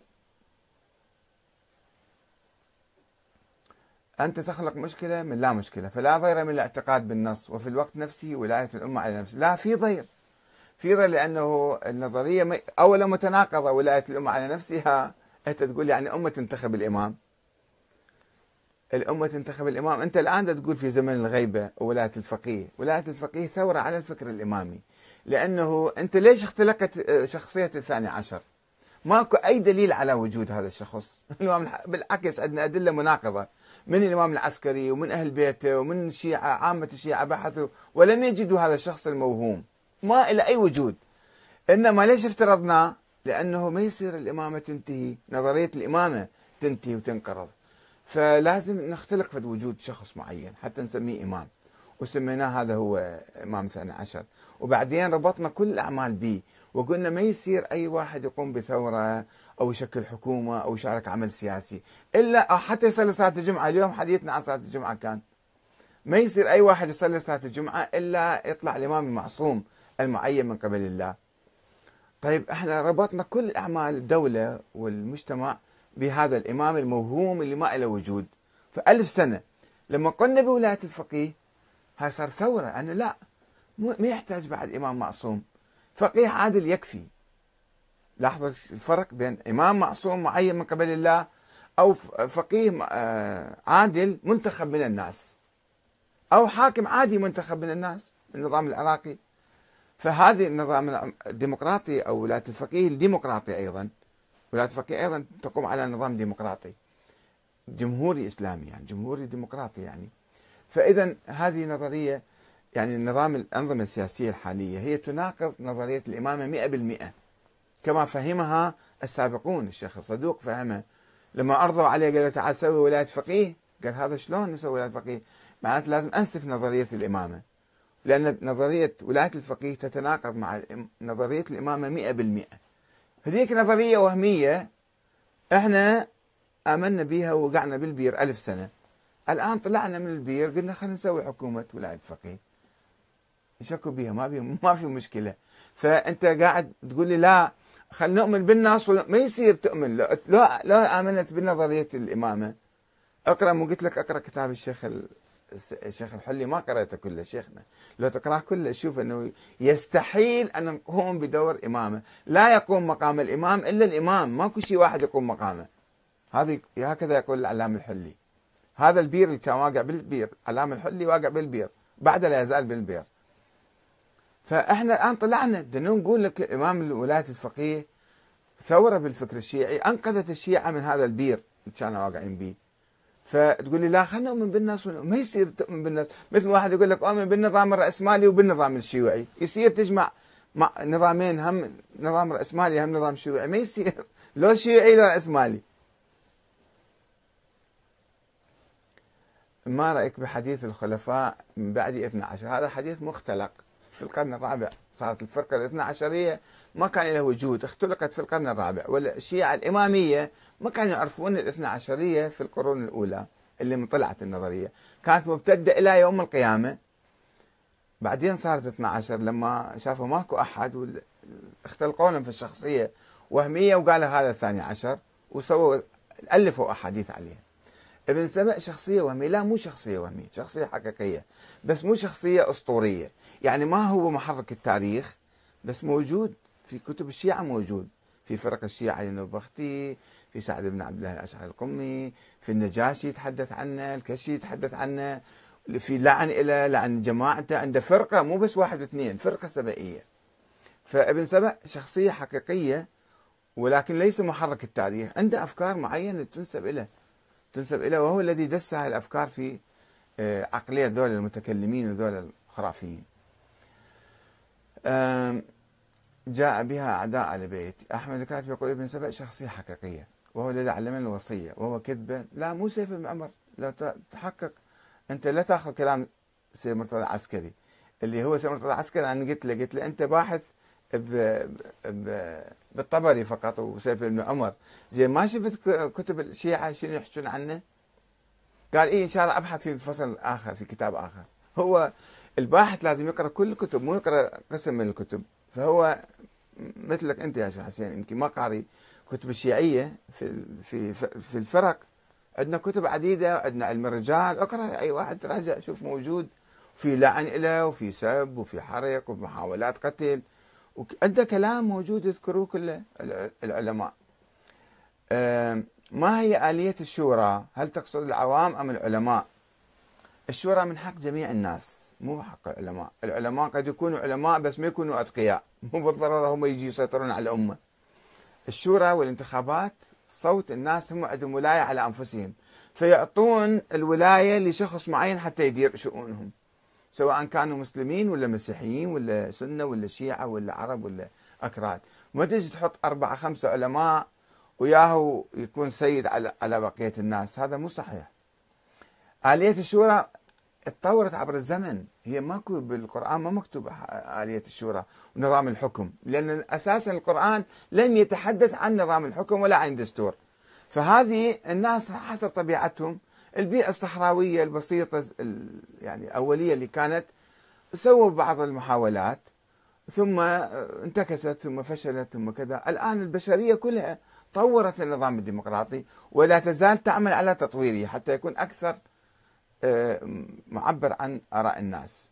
أنت تخلق مشكلة من لا مشكلة، فلا ضير من الاعتقاد بالنص، وفي الوقت نفسه ولاية الأمة على نفسه. لا، في ضير، في ضير، لأنه النظرية أولا متناقضة. ولاية الأمة على نفسها، أنت تقول يعني أمة تنتخب الإمام، الأمة تنتخب الإمام. أنت الآن تقول في زمن الغيبة ولاية الفقيه. ولاية الفقيه ثورة على الفكر الإمامي، لأنه أنت ليش اختلقت شخصية الثاني عشر؟ ماكو أي دليل على وجود هذا الشخص. بالعكس عندنا أدلة مناقضة من الإمام العسكري ومن أهل بيته ومن الشيعة، عامة الشيعة بحثوا ولم يجدوا هذا الشخص الموهوم، ما إلى أي وجود. إنما ليش افترضنا؟ لأنه ما يصير الإمامة تنتهي، نظرية الإمامة تنتهي وتنقرض، فلازم نختلق في وجود شخص معين حتى نسميه إمام، وسميناه هذا هو إمام ثاني عشر. وبعدين ربطنا كل الأعمال به، وقلنا ما يصير أي واحد يقوم بثورة أو يشكل حكومة أو يشارك عمل سياسي إلا حتى يصلي صلاة الجمعة. اليوم حديثنا عن صلاة الجمعة كان ما يصير أي واحد يصلي صلاة الجمعة إلا يطلع الإمام المعصوم المعين من قبل الله. طيب احنا ربطنا كل أعمال الدولة والمجتمع بهذا الإمام الموهوم اللي ما له وجود. فألف سنة لما قلنا بولاية الفقيه هاي صار ثورة، أنه لا، ما يحتاج بعد إمام معصوم، فقيه عادل يكفي. لاحظوا الفرق بين إمام معصوم معين من قبل الله أو فقيه عادل منتخب من الناس، أو حاكم عادي منتخب من الناس من النظام العراقي. فهذه النظام الديمقراطي أو ولاية الفقيه الديمقراطي أيضا، ولاية الفقيه أيضا تقوم على نظام ديمقراطي جمهوري إسلامي، يعني جمهوري ديمقراطي يعني. فإذا هذه نظرية، يعني نظام الأنظمة السياسية الحالية هي تناقض نظرية الإمامة مئة بالمئة كما فهمها السابقون. الشيخ الصدوق فهمها لما عرضوا عليه، قال له تعال سوي ولاية فقيه، قال هذا شلون نسوي ولاية فقيه؟ معناته لازم أنسف نظرية الإمامة، لأن نظرية ولاية الفقيه تتناقض مع نظرية الإمامة مئة بالمئة. هذيك نظرية وهمية احنا آمنا بها ووقعنا بالبير ألف سنة. الآن طلعنا من البير قلنا خلينا نسوي حكومة ولاية فقيه، يشكوا بها ما بي ما في مشكلة. فأنت قاعد تقول لي لا خلينا نؤمن بالناس، ما يصير تؤمن. لو لو آمنت بنظرية الإمامة اقرأ، مو قلت لك اقرأ كتاب الشيخ ال... الشيخ الحلي، ما قرأته كله شيخنا، لو تقرأه كله شوف أنه يستحيل أن نقوم بدور إمامه، لا يقوم مقام الإمام إلا الإمام، ماكو شيء واحد يقوم مقامه. هذه هكذا يقول العلامة الحلي. هذا البير اللي كان واقع بالبير، علامة الحلي واقع بالبير، بعد لا يزال بالبير. فإحنا الآن طلعنا بدنا نقول لك إمام ولاية الفقيه ثورة بالفكر الشيعي أنقذت الشيعة من هذا البير اللي كانوا واقعين به. فتقول لي لا خلنا نؤمن بالناس، ما يصير تؤمن بالناس. مثل واحد يقول لك أؤمن بالنظام الرأسمالي وبالنظام الشيوعي، يصير تجمع مع نظامين، هم نظام رأسمالي هم نظام شيوعي؟ ما يصير، لو شيوعي لو رأسمالي. ما رأيك بحديث الخلفاء من بعد اثني عشر؟ هذا حديث مختلق في القرن الرابع، صارت الفرقة الاثنى عشرية ما كان لها وجود، اختلقت في القرن الرابع. والشيعة الإمامية ما كانوا يعرفون الاثنى عشرية في القرون الأولى اللي من طلعت النظرية، كانت ممتدة إلى يوم القيامة. بعدين صارت اثني عشر لما شافوا ماكو أحد اختلقوا لهم في الشخصية وهمية وقالوا هذا الثاني عشر، وسووا ألفوا أحاديث عليها. ابن سبأ شخصية وهمية؟ لا، مو شخصية وهمية، شخصية حقيقية، بس مو شخصية أسطورية. يعني ما هو محرك التاريخ، بس موجود في كتب الشيعة، موجود في فرق الشيعة، علي النوبختي، في سعد بن عبد الله الأشعري القمي، في النجاشي يتحدث عنه، الكشي يتحدث عنه، في لعن إلى لعن جماعته، عنده فرقة مو بس واحد واثنين، فرقة سبئية. فابن سبأ شخصية حقيقية ولكن ليس محرك التاريخ، عنده أفكار معينة تنسب إليه تنسب إليه وهو الذي دس هذه الأفكار في عقلية ذول المتكلمين وذول الخرافيين. جاء بها أعداء آل بيت. أحمد الكاتب يقول ابن سبأ شخصية حقيقية وهو الذي علمنا الوصية وهو كذبة. لا، مو سيف بن عمر. لو تحقق أنت لا تأخذ كلام سيد مرتضى العسكري اللي هو سيد مرتضى العسكري. أنا قلت له قلت له أنت باحث ب... ب... بالطبري فقط وسيف بن عمر، زين ما شفت كتب الشيعة شنو يحكون عنه؟ قال إيه إن شاء الله أبحث في فصل آخر في كتاب آخر. هو الباحث لازم يقرأ كل الكتب، مو يقرأ قسم من الكتب. فهو مثلك أنت يا شيخ حسين يمكن ما قاري كتب الشيعية في في في الفرق. عندنا كتب عديدة، عندنا علم الرجال، اقرأ أي واحد تراجع شوف موجود في لعن له وفي سب وفي حرق وفي محاولات قتل، وعنده كلام موجود يذكروه كله العلماء. ما هي آلية الشورى؟ هل تقصد العوام أم العلماء؟ الشورى من حق جميع الناس، مو حق العلماء. العلماء قد يكونوا علماء بس ما يكونوا أتقياء، مو بالضرورة هم يجي يسيطرون على الأمة. الشورى والانتخابات صوت الناس، هم عندهم ولاية على أنفسهم، فيعطون الولاية لشخص معين حتى يدير شؤونهم، سواء كانوا مسلمين ولا مسيحيين ولا سنة ولا شيعة ولا عرب ولا أكراد. ما تجي تحط أربعة خمسة علماء وياهو يكون سيد على على بقية الناس، هذا مو صحيح. آلية الشورى اتطورت عبر الزمن، هي ماكو بالقرآن، ما مكتوب آلية الشورى ونظام الحكم، لأن أساسا القرآن لم يتحدث عن نظام الحكم ولا عن دستور. فهذه الناس حسب طبيعتهم، البيئة الصحراوية البسيطة يعني الأولية اللي كانت، سووا بعض المحاولات ثم انتكست ثم فشلت ثم كذا. الآن البشرية كلها طورت النظام الديمقراطي ولا تزال تعمل على تطويره حتى يكون أكثر معبر عن آراء الناس.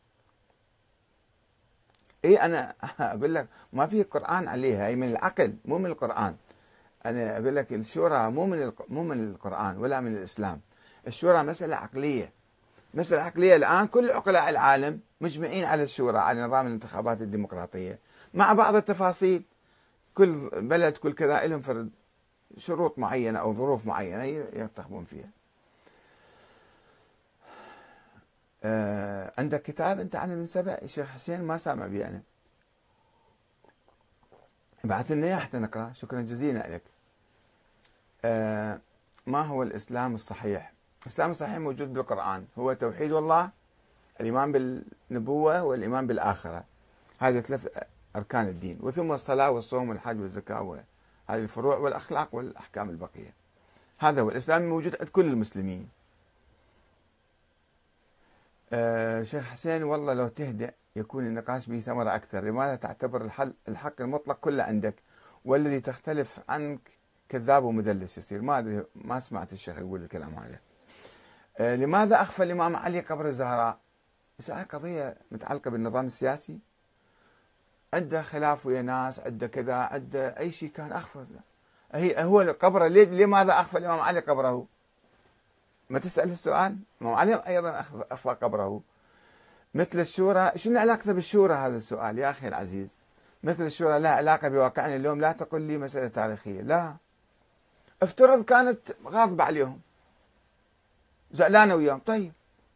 إيه أنا أقول لك ما في قرآن عليها، هي من العقل مو من القرآن. أنا أقول لك الشورى مو من مو من القرآن ولا من الإسلام. الشورى مسألة عقلية، مسألة عقلية. الآن كل عقلاء العالم مجمعين على الشورى، على نظام الانتخابات الديمقراطية مع بعض التفاصيل. كل بلد كل كذا لهم فرد شروط معينة أو ظروف معينة ينتخبون فيها. آه عندك كتاب أنت عن ابن سبأ الشيخ حسين؟ ما سامع بي أنا، ابعث لنا إياه حتى نقرأ. شكرا جزيلا لك. آه ما هو الإسلام الصحيح؟ الإسلام الصحيح موجود بالقرآن، هو توحيد الله، الإيمان بالنبوة والإيمان بالآخرة، هذه ثلاث أركان الدين، وثم الصلاة والصوم والحج والزكاة وهذه الفروع والأخلاق والأحكام البقية. هذا هو الإسلام موجود عند كل المسلمين. آه شيخ حسين والله لو تهدأ يكون النقاش به ثمرة أكثر. لماذا تعتبر الحل الحق المطلق كله عندك والذي تختلف عنك كذاب ومدلس يصير؟ ما أدري، ما سمعت الشيخ يقول الكلام هذا. آه، لماذا أخفى الإمام علي قبر الزهراء؟ هاي قضية متعلقة بالنظام السياسي، عنده خلاف ويا ناس، عنده كذا، عنده أي شيء كان أخفى. هي هو قبره، ليه لماذا أخفى الإمام علي قبره؟ ما تسأل السؤال. الإمام علي أيضا أخفى قبره. مثل الشورى، شنو علاقته بالشورى؟ هذا السؤال يا أخي العزيز. مثل الشورى لها علاقة بواقعنا اليوم، لا تقل لي مسألة تاريخية. لا، افترض كانت غاضبة عليهم، زعلانة وياهم، طيب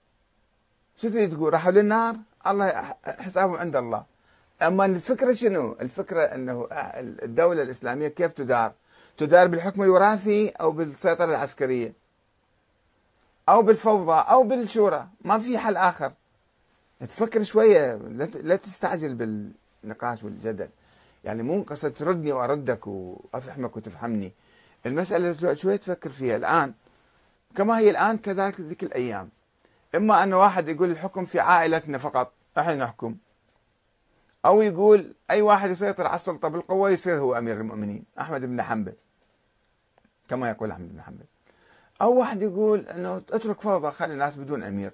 شو تريد تقول؟ راحوا للنار، الله حسابهم عند الله. أما الفكرة شنو؟ الفكرة أنه الدولة الإسلامية كيف تدار؟ تدار بالحكم الوراثي أو بالسيطرة العسكرية أو بالفوضى أو بالشورى، ما في حل آخر. تفكر شوية، لا تستعجل بالنقاش والجدل. يعني مو قصة تردني وأردك وأفهمك وتفهمني. المسألة شوية تفكر فيها الآن كما هي الآن، كذلك ذيك الأيام. إما أن واحد يقول الحكم في عائلتنا فقط، احنا نحكم، أو يقول أي واحد يسيطر على السلطة بالقوة يصير هو أمير المؤمنين، أحمد بن حنبل كما يقول أحمد بن حنبل. أو واحد يقول أنه اترك فوضى، خلي الناس بدون أمير.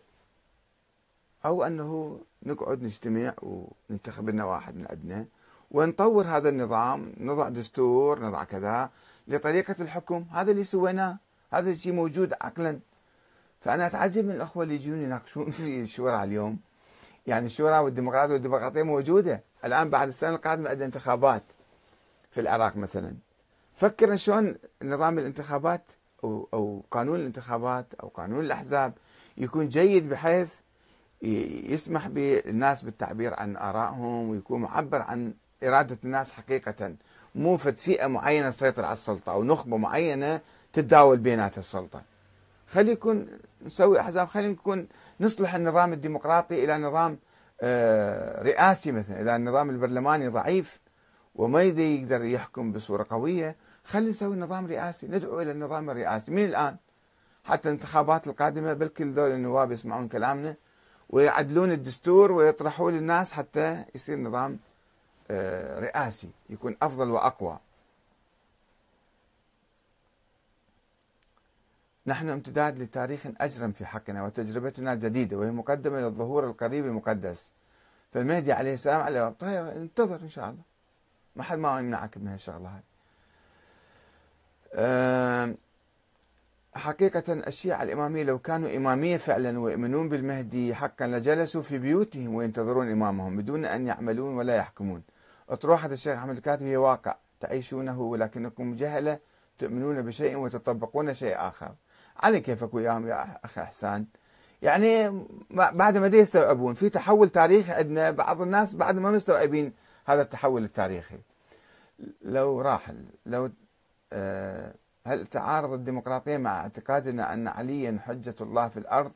أو أنه نقعد نجتمع وننتخب لنا واحد من عندنا ونطور هذا النظام، نضع دستور، نضع كذا لطريقة الحكم. هذا اللي سويناه، هذا الشيء موجود عقلا. فأنا أتعجب من الأخوة اللي يجون يناقشون في الشورى اليوم. يعني الشورى والديمقراطية والديمقراطية موجودة الآن. بعد السنة القادمة عندنا انتخابات في العراق مثلا. فكر شلون نظام الانتخابات أو, أو قانون الانتخابات أو قانون الأحزاب يكون جيد، بحيث يسمح بالناس بالتعبير عن آرائهم ويكون معبر عن إرادة الناس حقيقة، مو فد فئة معينة تسيطر على السلطة أو نخبة معينة تتداول بينات السلطة. خلي يكون نسوي أحزاب، خلينا نكون نصلح النظام الديمقراطي إلى نظام رئاسي. مثلا إذا النظام البرلماني ضعيف وما يقدر يحكم بصورة قوية، خلي نسوي نظام رئاسي، ندعو إلى النظام الرئاسي من الآن. حتى الانتخابات القادمة بلكي ذول النواب يسمعون كلامنا ويعدلون الدستور ويطرحوا للناس حتى يصير نظام رئاسي يكون أفضل وأقوى. نحن امتداد لتاريخ أجرم في حقنا، وتجربتنا جديدة وهي مقدمة للظهور القريب المقدس. فالمهدي عليه السلام على الباب. طيب انتظر إن شاء الله، ما حد ما يمنعك من هالشغلة هاي. أه حقيقة الشيعة الإمامية لو كانوا إمامية فعلا ويؤمنون بالمهدي حقا لجلسوا في بيوتهم وينتظرون إمامهم بدون أن يعملون ولا يحكمون. أطروحة الشيخ أحمد الكاتب هي واقع تعيشونه، ولكنكم جهلة تؤمنون بشيء وتطبقون شيء آخر. على كيفك وياهم يا أخي إحسان. يعني بعد ما دي يستوعبون في تحول تاريخي عندنا، بعض الناس بعد ما مستوعبين هذا التحول التاريخي. لو راح لو آه هل تعارض الديمقراطية مع اعتقادنا أن عليا حجة الله في الأرض؟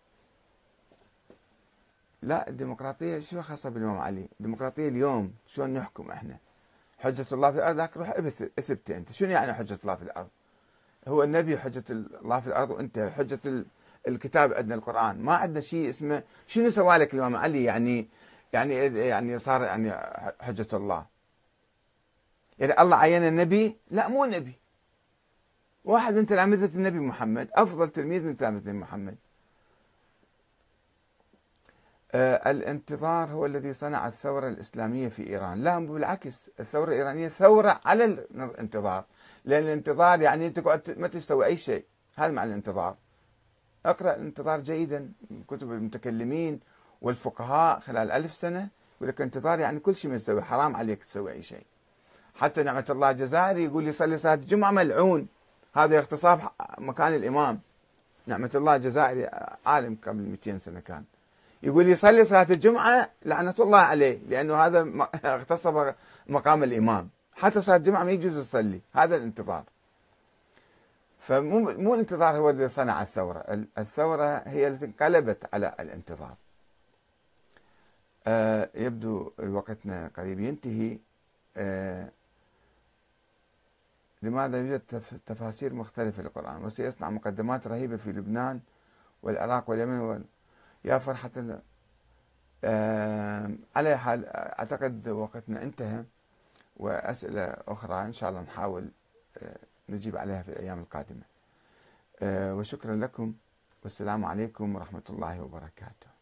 لا، الديمقراطية شو خاصة بالإمام علي؟ الديمقراطية اليوم شلون نحكم احنا؟ حجة الله في الأرض، ذاك روح اثبت أنت. شنو يعني حجة الله في الأرض؟ هو النبي حجة الله في الأرض وأنت حجة الكتاب. عندنا القرآن، ما عندنا شيء اسمه شنو سوى لك الإمام علي يعني يعني يعني صار يعني حجة الله. يعني الله عين النبي؟ لا، مو نبي، واحد من تلامذة النبي محمد، أفضل تلميذ من تلامذة النبي محمد. آه الانتظار هو الذي صنع الثورة الإسلامية في إيران. لا، بالعكس، الثورة الإيرانية ثورة على الانتظار. لأن الانتظار يعني تقعد ما تسوي أي شيء، هذا معنى الانتظار. اقرأ الانتظار جيدا، كتب المتكلمين والفقهاء خلال ألف سنة يقول لك انتظار يعني كل شيء ما تسوي، حرام عليك تسوي أي شيء. حتى نعمة الله الجزائري يقول يصلي صلاة الجمعة ملعون، هذا اغتصاب مكان الإمام. نعمة الله الجزائري عالم قبل مئتين سنة كان يقول يصلي صلاة الجمعة لعنة الله عليه، لأنه هذا اغتصب مقام الإمام. حتى صلاة الجمعة ما يجوز يصلي. هذا الانتظار. فمو مو الانتظار هو الذي صنع الثورة، الثورة هي التي انقلبت على الانتظار. آه يبدو وقتنا قريب ينتهي. آه لماذا يوجد تفاسير مختلفة للقرآن وسيصنع مقدمات رهيبة في لبنان والعراق واليمن وال... يا فرحة ال... آه على حال أعتقد وقتنا انتهى، وأسئلة أخرى إن شاء الله نحاول آه نجيب عليها في الأيام القادمة. آه وشكرا لكم. والسلام عليكم ورحمة الله وبركاته.